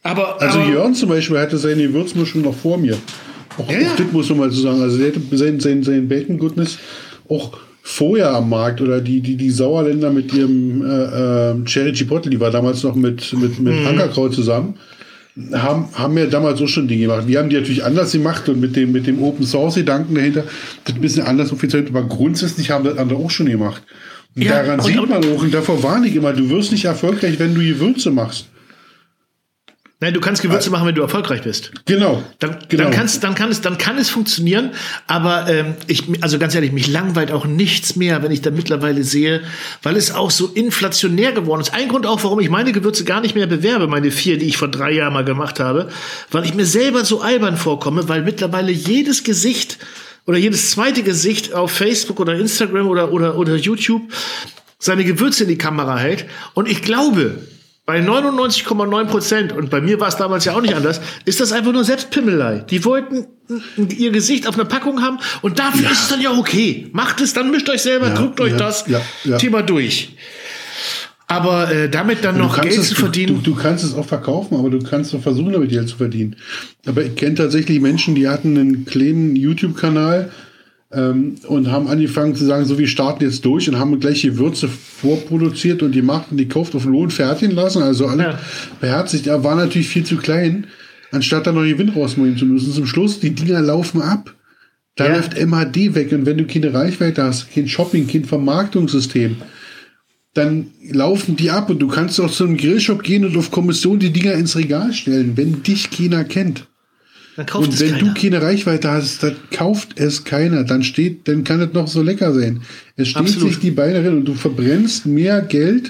Aber, also aber, Jörn zum Beispiel hatte seine Gewürzmischung noch vor mir. Auch, ja, auch ja. das muss man mal so sagen. Also der hatte sein, sein, sein Bacon Goodness auch vorher am Markt. Oder die, die, die Sauerländer mit ihrem äh, äh, Cherry Chipotle, die war damals noch mit, mit, mit mhm. Ankerkraut zusammen. Haben, haben ja damals auch schon Dinge gemacht. Wir haben die natürlich anders gemacht und mit dem, mit dem Open Source Gedanken dahinter, das ein bisschen anders offiziell, aber grundsätzlich haben das andere auch schon gemacht. Und ja, daran und, sieht man auch, und davor warne ich immer, du wirst nicht erfolgreich, wenn du Gewürze machst. Nein, du kannst Gewürze machen, wenn du erfolgreich bist. Genau. Dann, genau. dann, kannst, dann, kann es, dann kann es funktionieren, aber ähm, ich, also ganz ehrlich, mich langweilt auch nichts mehr, wenn ich da mittlerweile sehe, weil es auch so inflationär geworden ist. Ein Grund auch, warum ich meine Gewürze gar nicht mehr bewerbe, meine vier, die ich vor drei Jahren mal gemacht habe, weil ich mir selber so albern vorkomme, weil mittlerweile jedes Gesicht oder jedes zweite Gesicht auf Facebook oder Instagram oder, oder, oder YouTube seine Gewürze in die Kamera hält. Und ich glaube, bei neunundneunzig Komma neun Prozent, und bei mir war es damals ja auch nicht anders, ist das einfach nur Selbstpimmelei. Die wollten ihr Gesicht auf einer Packung haben und dafür ja. ist es dann ja okay. Macht es, dann mischt euch selber, ja, drückt euch ja, das ja, ja. Thema durch. Aber äh, damit dann noch Geld es, zu verdienen. Du, du kannst es auch verkaufen, aber du kannst doch versuchen, damit Geld zu verdienen. Aber ich kenne tatsächlich Menschen, die hatten einen kleinen YouTube-Kanal ähm, und haben angefangen zu sagen, so, wir starten jetzt durch, und haben gleich die Würze vorproduziert und die macht und die kauft auf Lohn fertigen lassen. Also alle ja. beherzigt. Er war natürlich viel zu klein, anstatt da noch Gewinn rausnehmen zu müssen. Zum Schluss, die Dinger laufen ab. Da ja. läuft M H D weg. Und wenn du keine Reichweite hast, kein Shopping, kein Vermarktungssystem, dann laufen die ab, und du kannst auch zu einem Grillshop gehen und auf Kommission die Dinger ins Regal stellen, wenn dich keiner kennt. Dann kauft und es wenn keiner. du keine Reichweite hast, dann kauft es keiner. Dann steht, dann kann es noch so lecker sein. Es steht Absolut. sich die Beine drin und du verbrennst mehr Geld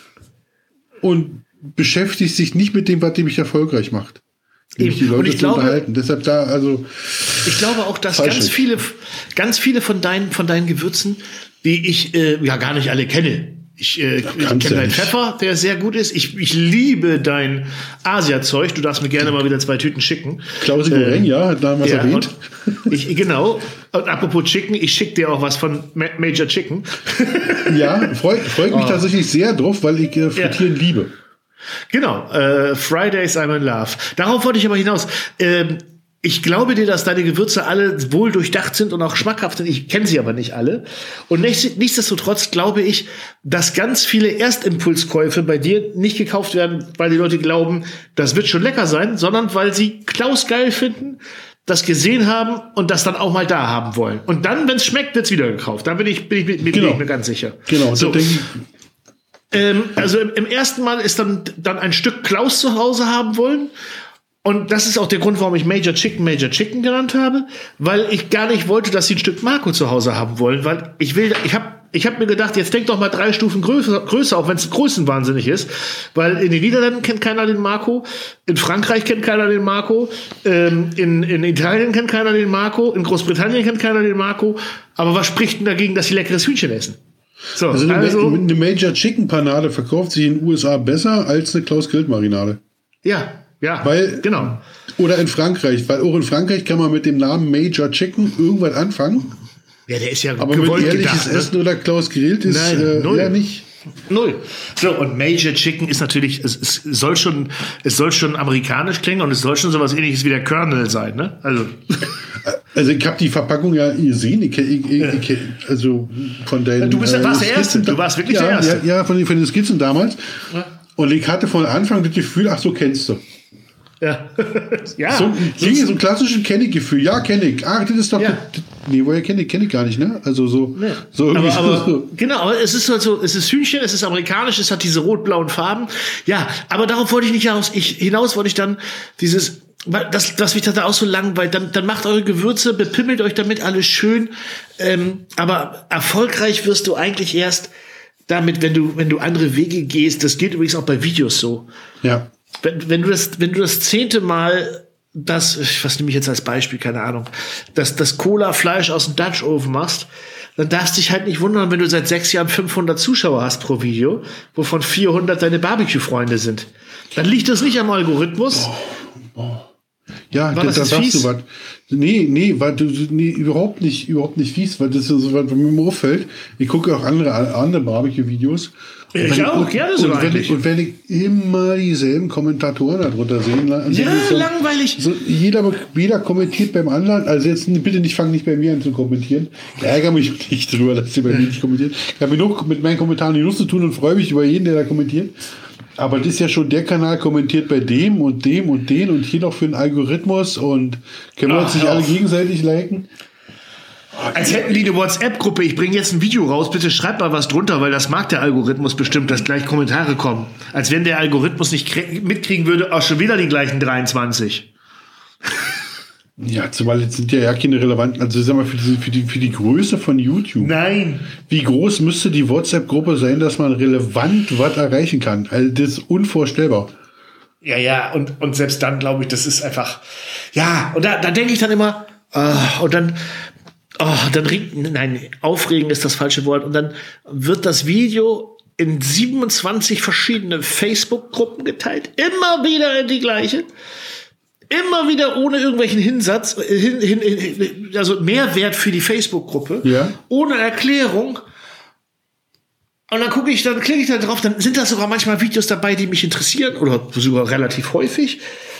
und beschäftigst dich nicht mit dem, was dich erfolgreich macht. Nämlich die Leute und ich zu glaube, unterhalten. Deshalb da, also. Ich glaube auch, dass falsch ganz ist. viele, ganz viele von deinen, von deinen Gewürzen, die ich äh, ja gar nicht alle kenne. Ich, äh, ich kenne ja deinen nicht. Pfeffer, der sehr gut ist. Ich, ich liebe dein Asia-Zeug. Du darfst mir gerne mal wieder zwei Tüten schicken. Klausi Goreng, äh, ja, hat damals ja, erwähnt. Ich, genau. Und apropos Chicken, ich schicke dir auch was von Ma- Major Chicken. Ja, freut, freut mich oh. tatsächlich sehr drauf, weil ich äh, Frittieren ja. liebe. Genau. Äh, Fridays I'm in Love. Darauf wollte ich aber hinaus. Ähm, Ich glaube dir, dass deine Gewürze alle wohl durchdacht sind und auch schmackhaft sind. Ich kenne sie aber nicht alle. Und nicht, nichtsdestotrotz glaube ich, dass ganz viele Erstimpulskäufe bei dir nicht gekauft werden, weil die Leute glauben, das wird schon lecker sein, sondern weil sie Klaus geil finden, das gesehen haben und das dann auch mal da haben wollen. Und dann, wenn es schmeckt, wird es wieder gekauft. Da bin ich, bin ich, bin genau. bin ich mir ganz sicher. Genau, so. denke ich. Ähm, also im, im ersten Mal ist dann, dann ein Stück Klaus zu Hause haben wollen. Und das ist auch der Grund, warum ich Major Chicken Major Chicken genannt habe, weil ich gar nicht wollte, dass sie ein Stück Marco zu Hause haben wollen, weil ich will, ich habe ich hab mir gedacht, jetzt denk doch mal drei Stufen größer, größer auch wenn es größenwahnsinnig ist, weil in den Niederlanden kennt keiner den Marco, in Frankreich kennt keiner den Marco, ähm, in, in Italien kennt keiner den Marco, in Großbritannien kennt keiner den Marco, aber was spricht denn dagegen, dass sie leckeres Hühnchen essen? So, also eine, also eine Major Chicken Panade verkauft sich in den U S A besser als eine Klaus Grillt Marinade. Ja. Ja, weil, genau. Oder in Frankreich, weil auch in Frankreich kann man mit dem Namen Major Chicken irgendwas anfangen. Ja, der ist ja aber mit ehrliches gedacht, ne? Essen oder Klaus Grillt ist Nein, äh, null. ja nicht. Null. So, und Major Chicken ist natürlich, es, es soll schon, es soll schon amerikanisch klingen und es soll schon sowas ähnliches wie der Colonel sein, ne? Also. Also ich habe die Verpackung ja gesehen, ich, ich, ich, ja. ich, also von deinen. Du bist, äh, warst der Erste, du warst wirklich ja, der Erste. Ja, ja von, den, von den Skizzen damals. Ja. Und ich hatte von Anfang das Gefühl, ach so, kennst du. Ja. ja. So, so, so ein klassisches Kenn-ich-Gefühl. Ja, kenne ich. Ach, das ist doch. Ja. Das, nee, woher kenne ich? Kenne ich gar nicht, ne? Also so. Nee. so irgendwie aber, aber, so. Genau, aber es ist halt so, es ist Hühnchen, es ist amerikanisch, es hat diese rot-blauen Farben. Ja, aber darauf wollte ich nicht hinaus. Ich, hinaus wollte ich dann dieses, das, das mich da auch so langweilt. Dann, dann macht eure Gewürze, bepimmelt euch damit alles schön. Ähm, aber erfolgreich wirst du eigentlich erst damit, wenn du, wenn du andere Wege gehst. Das gilt übrigens auch bei Videos so. Ja. Wenn, wenn du das, wenn du das zehnte Mal das, was nehme ich jetzt als Beispiel, keine Ahnung, das, das Cola-Fleisch aus dem Dutch Oven machst, dann darfst du dich halt nicht wundern, wenn du seit sechs Jahren fünfhundert Zuschauer hast pro Video, wovon vierhundert deine Barbecue-Freunde sind. Dann liegt das nicht am Algorithmus. Oh, oh. Ja, War da, das da jetzt sagst fies? du was. Nee, nee, war, du, nee, überhaupt nicht, überhaupt nicht fies, weil das ist so was, was mir im auffällt. Ich gucke auch andere, andere Barbecue-Videos. Ja, Und ich wenn auch, und, gerne sogar und wenn, ich, eigentlich. und wenn ich immer dieselben Kommentatoren darunter sehe, dann Ja, denke ich so, langweilig. So, jeder, jeder kommentiert beim anderen, also jetzt bitte nicht, fang nicht bei mir an zu kommentieren. Ich ärgere mich nicht drüber, dass sie bei mir nicht kommentieren. Ich habe genug mit meinen Kommentaren Lust zu tun und freue mich über jeden, der da kommentiert. Aber das ist ja schon, der Kanal kommentiert bei dem und dem und den und hier noch für einen Algorithmus und können wir uns Ach, nicht hör alle auf. gegenseitig liken? Als hätten die eine WhatsApp-Gruppe, ich bringe jetzt ein Video raus, bitte schreibt mal was drunter, weil das mag der Algorithmus bestimmt, dass gleich Kommentare kommen. Als wenn der Algorithmus nicht krie- mitkriegen würde, auch schon wieder die gleichen dreiundzwanzig. Ja, zumal jetzt sind ja ja keine relevanten, also sag mal, für die, für die, für die Größe von YouTube. Nein. Wie groß müsste die WhatsApp-Gruppe sein, dass man relevant was erreichen kann? Also das ist unvorstellbar. Ja, ja, und, und selbst dann glaube ich, das ist einfach, ja, und da, da denke ich dann immer, ah, und dann, oh, dann regt, nein, aufregen ist das falsche Wort, und dann wird das Video in siebenundzwanzig verschiedene Facebook-Gruppen geteilt, immer wieder in die gleiche, immer wieder ohne irgendwelchen Hinsatz, hin, hin, hin, also Mehrwert für die Facebook-Gruppe, Ja. ohne Erklärung. Und dann gucke ich, dann klicke ich da drauf, dann sind da sogar manchmal Videos dabei, die mich interessieren, oder sogar relativ häufig.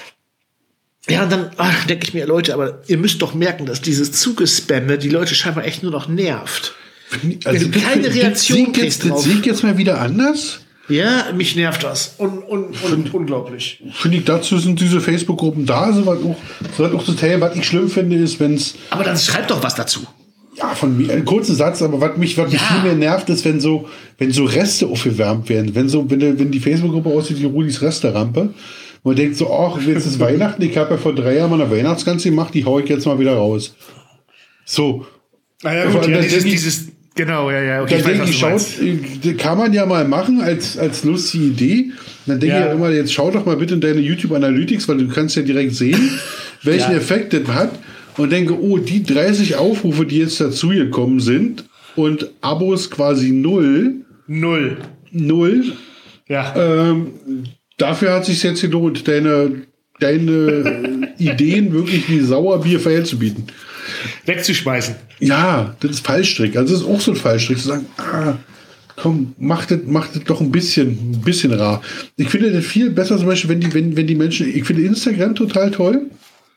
Ja, und dann ach, denke ich mir, Leute, aber ihr müsst doch merken, dass dieses Zugespamme die Leute scheinbar echt nur noch nervt. Also Wenn du keine das- Reaktion das sehe ich jetzt, kriegst das drauf. sehe ich jetzt mal wieder anders. Ja, mich nervt das. Un, un, un, unglaublich. Finde ich, dazu sind diese Facebook-Gruppen da, so was auch, so was auch das Teil, was ich schlimm finde, ist, wenn es, Aber dann schreibt doch was dazu. ja, von mir, einen kurzen Satz, aber was mich, was mich Ja. viel mehr nervt, ist, wenn so, wenn so Reste aufgewärmt werden, wenn so, wenn, der- wenn die Facebook-Gruppe aussieht wie Rudis Resterampe, man denkt so, ach, jetzt ist Weihnachten, ich habe ja vor drei Jahren mal eine Weihnachtsgans gemacht, die hau ich jetzt mal wieder raus. So. Naja, gut, gut, ja, ja, dieses- dieses, dieses- dieses, genau, ja, ja, okay, Dann ich weiß, denke ich, was schaut, du meinst. äh, kann man ja mal machen als, als lustige Idee. Dann denke Ja. ich ja immer, jetzt schau doch mal bitte in deine YouTube Analytics, weil du kannst ja direkt sehen, welchen Ja. Effekt das hat. Und denke, oh, die dreißig Aufrufe, die jetzt dazu gekommen sind und Abos quasi null, Null. null, Ja. ähm, dafür hat sich jetzt gelohnt, deine, deine Ideen wirklich wie Sauerbier verherzubieten. Wegzuschmeißen. Ja, das ist Fallstrick. Also das ist auch so ein Fallstrick, zu sagen, ah, komm, mach das, mach das doch ein bisschen, ein bisschen rar. Ich finde das viel besser, zum Beispiel, wenn die, wenn, wenn die Menschen, ich finde Instagram total toll.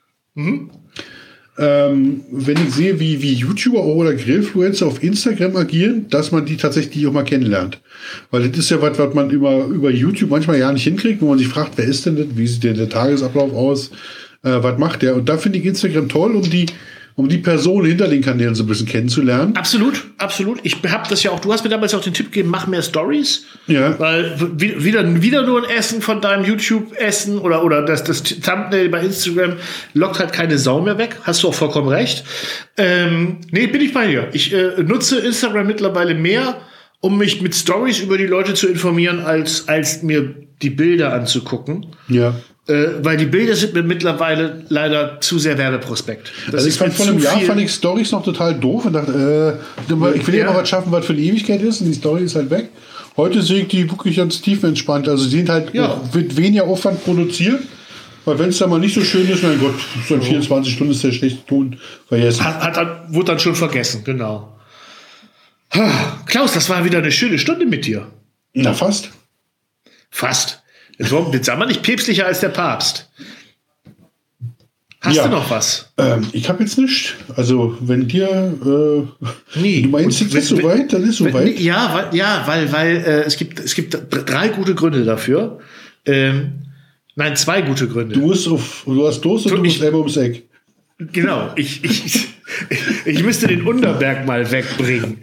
Ähm, wenn ich sehe, wie, wie YouTuber oder Grillfluencer auf Instagram agieren, dass man die tatsächlich auch mal kennenlernt. Weil das ist ja was, was man über, über YouTube manchmal ja nicht hinkriegt, wo man sich fragt, wer ist denn das? Wie sieht denn der Tagesablauf aus? Äh, was macht der? Und da finde ich Instagram toll, um die, um die Person hinter den Kanälen so ein bisschen kennenzulernen. Absolut, absolut. Ich habe das ja auch, du hast mir damals auch den Tipp gegeben, mach mehr Stories. Ja. Weil w- wieder, wieder nur ein Essen von deinem YouTube-Essen oder, oder das, das Thumbnail bei Instagram lockt halt keine Sau mehr weg. Hast du auch vollkommen recht. Ähm, nee, bin ich bei dir. Ich äh, nutze Instagram mittlerweile mehr, um mich mit Stories über die Leute zu informieren, als, als mir die Bilder anzugucken. Ja. Äh, weil die Bilder sind mir mittlerweile leider zu sehr Werbeprospekt. Das Also ich fand mir vor einem zu Jahr viel- fand ich Stories noch total doof und dachte, äh, ich will ja Ja. mal was schaffen, was für die Ewigkeit ist und die Story ist halt weg. Heute sehe ich die wirklich ganz tiefenentspannt. Also sie sind halt Ja. auch mit weniger Aufwand produziert. Weil wenn es da mal nicht so schön ist, mein Gott, so in vierundzwanzig Stunden ist der schlechte Ton vergessen. Hat, hat dann, wurde dann schon vergessen, genau. Ha, Klaus, das war wieder eine schöne Stunde mit dir. Na fast. Fast. Jetzt, wollen- jetzt sagen wir nicht päpstlicher als der Papst. Hast Ja. du noch was? Ähm, ich habe jetzt nichts. Also wenn dir, äh, Nee. du meinst, Und jetzt ist wenn- soweit, dann ist soweit. Ja, weil, ja, weil, weil äh, es, gibt, es gibt drei gute Gründe dafür. Ähm, nein, zwei gute Gründe. Du musst auf, du hast Durst und Du, du musst ich- selber ums Eck. Genau, ich, ich, ich müsste den Unterberg mal wegbringen.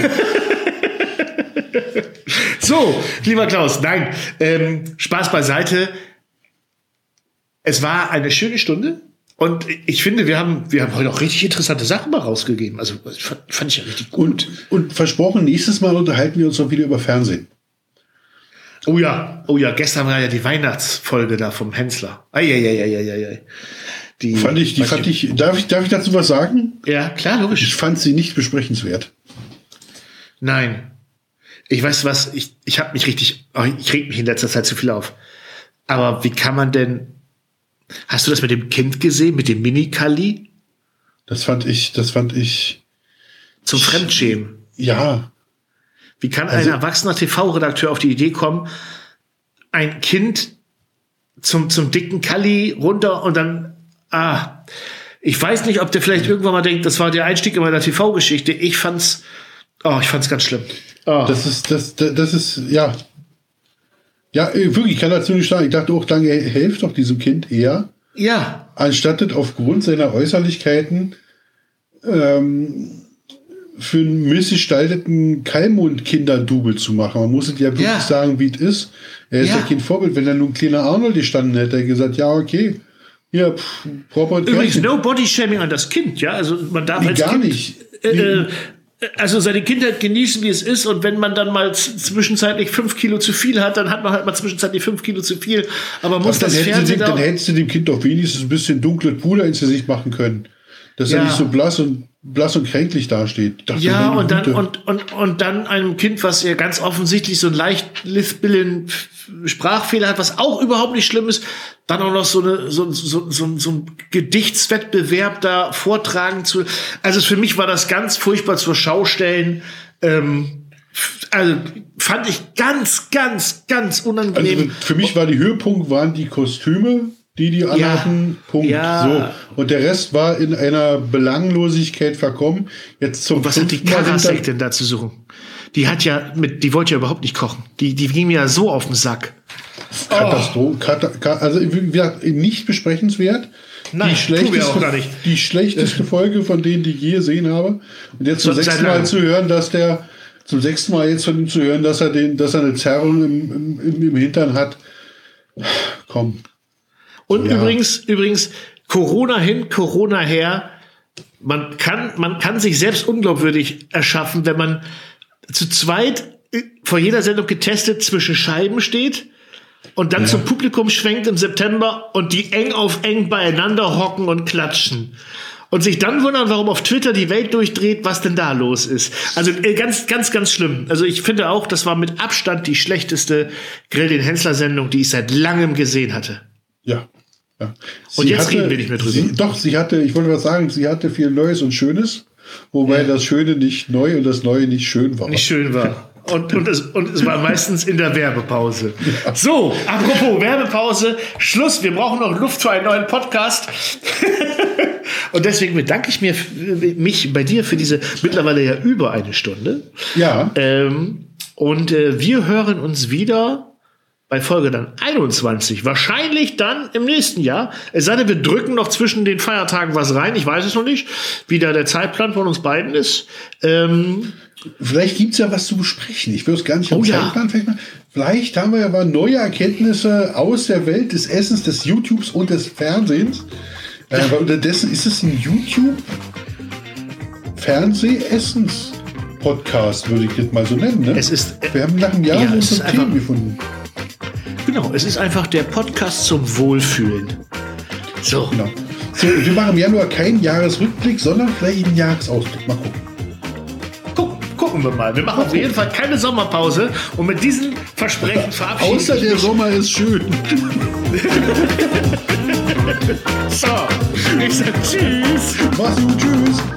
So, lieber Klaus, nein, ähm, Spaß beiseite. Es war eine schöne Stunde und ich finde, wir haben, wir haben heute auch richtig interessante Sachen mal rausgegeben. Also das fand, fand ich ja richtig gut. Und, und versprochen, nächstes Mal unterhalten wir uns noch wieder über Fernsehen. Oh ja, oh ja, gestern war ja die Weihnachtsfolge da vom Hensler. Eieieiei. Die Fand ich, die weiß fand ich, darf ich, darf ich dazu was sagen? Ja, klar, logisch. Ich fand sie nicht besprechenswert. Nein. Ich weiß was, ich, ich habe mich richtig, oh, ich reg mich in letzter Zeit zu viel auf. Aber wie kann man denn Hast du das mit dem Kind gesehen, mit dem Mini-Kalli? Das fand ich, das fand ich... Zum Fremdschämen. Ja. Wie kann Also, ein erwachsener T V-Redakteur auf die Idee kommen, ein Kind zum, zum dicken Kalli runter und dann, ah, ich weiß nicht, ob der vielleicht irgendwann mal denkt, das war der Einstieg in meiner T V-Geschichte. Ich fand's, oh, ich fand's ganz schlimm. Oh. Das ist, das, das ist, ja. Ja, wirklich, ich kann dazu nicht sagen. Ich dachte auch, lange helft doch diesem Kind eher. Ja. Anstatt es aufgrund seiner Äußerlichkeiten ähm, für einen missgestalteten Kalmund-Kinderdouble zu machen. Man muss es ja wirklich ja. sagen, wie es ist. Er ist ja. ja kein Vorbild. Wenn er nun ein kleiner Arnold gestanden hätte, hätte er gesagt, ja, okay. Ja, pff, proper Übrigens, no Body-Shaming an das Kind, ja. Also man darf wie als gar Kind, nicht. Äh, also seine Kindheit genießen, wie es ist. Und wenn man dann mal z- zwischenzeitlich fünf Kilo zu viel hat, dann hat man halt mal zwischenzeitlich fünf Kilo zu viel. Aber muss dann das Fernsehen... Dann hättest du dem Kind doch wenigstens ein bisschen dunkles Puder ins Gesicht machen können. Dass ja. er nicht so blass und blass und kränklich dasteht. Dachte, ja, und dann, und, und, und dann einem Kind, was ja ganz offensichtlich so einen leicht lispelnden Sprachfehler hat, was auch überhaupt nicht schlimm ist, dann auch noch so eine, so, so, so, so ein Gedichtswettbewerb da vortragen zu. Also für mich war das ganz furchtbar zur Schaustellen. Ähm, also fand ich ganz, ganz, ganz unangenehm. Also für mich war die Höhepunkt, waren die Kostüme, die die anhatten, ja, Punkt. Ja. So. Und der Rest war in einer Belanglosigkeit verkommen. Jetzt zum Und was hat die Karasek denn da zu suchen? Die hat ja mit, die wollte ja überhaupt nicht kochen. Die, die ging mir ja so auf den Sack. Katastrophe. Oh. Also wie gesagt, nicht besprechenswert. Nein, die schlechteste, auch gar nicht. Die schlechteste Folge von denen, die ich je gesehen habe. Und jetzt zum so, sechsten Mal zu hören, dass der, zum sechsten Mal jetzt von ihm zu hören, dass er den, dass er eine Zerrung im, im, im Hintern hat. Komm. Und ja. übrigens, übrigens, Corona hin, Corona her. Man kann, man kann sich selbst unglaubwürdig erschaffen, wenn man zu zweit vor jeder Sendung getestet zwischen Scheiben steht und dann ja. zum Publikum schwenkt im September und die eng auf eng beieinander hocken und klatschen. Und sich dann wundern, warum auf Twitter die Welt durchdreht, was denn da los ist. Also ganz, ganz, ganz schlimm. Also ich finde auch, das war mit Abstand die schlechteste Grill den Hensler-Sendung, die ich seit langem gesehen hatte. Ja. ja. Und jetzt hatte, reden wir nicht mehr drüber. Sie, doch, sie hatte, ich wollte was sagen, sie hatte viel Neues und Schönes, wobei ja. das Schöne nicht neu und das Neue nicht schön war. Nicht schön war. Und, und, es, und es war meistens in der Werbepause. Ja. So, apropos Werbepause, Schluss, wir brauchen noch Luft für einen neuen Podcast. Und deswegen bedanke ich mir, mich bei dir für diese mittlerweile ja über eine Stunde. Ja. Ähm, und äh, wir hören uns wieder bei Folge dann einundzwanzig. Wahrscheinlich dann im nächsten Jahr. Es sei denn, wir drücken noch zwischen den Feiertagen was rein. Ich weiß es noch nicht, wie da der Zeitplan von uns beiden ist. Ähm, Vielleicht gibt es ja was zu besprechen. Ich würde es gar nicht am oh, Zeitplan ja. machen. Vielleicht haben wir ja mal neue Erkenntnisse aus der Welt des Essens, des YouTubes und des Fernsehens. Ja. Äh, aber unterdessen ist es ein YouTube-Fernseh-Essens-Podcast, würde ich das mal so nennen. Ne? Es ist, äh, wir haben nach einem Jahr ja, uns ein Thema gefunden. Genau, es ist einfach der Podcast zum Wohlfühlen. So. Genau. So, wir machen im Januar keinen Jahresrückblick, sondern vielleicht einen Jahresausblick. Mal gucken. Gucken, gucken wir mal. Wir machen auf jeden Fall keine Sommerpause. Und mit diesen Versprechen verabschieden Außer der Sommer ist schön. So, ich sag tschüss. Mach's gut, tschüss.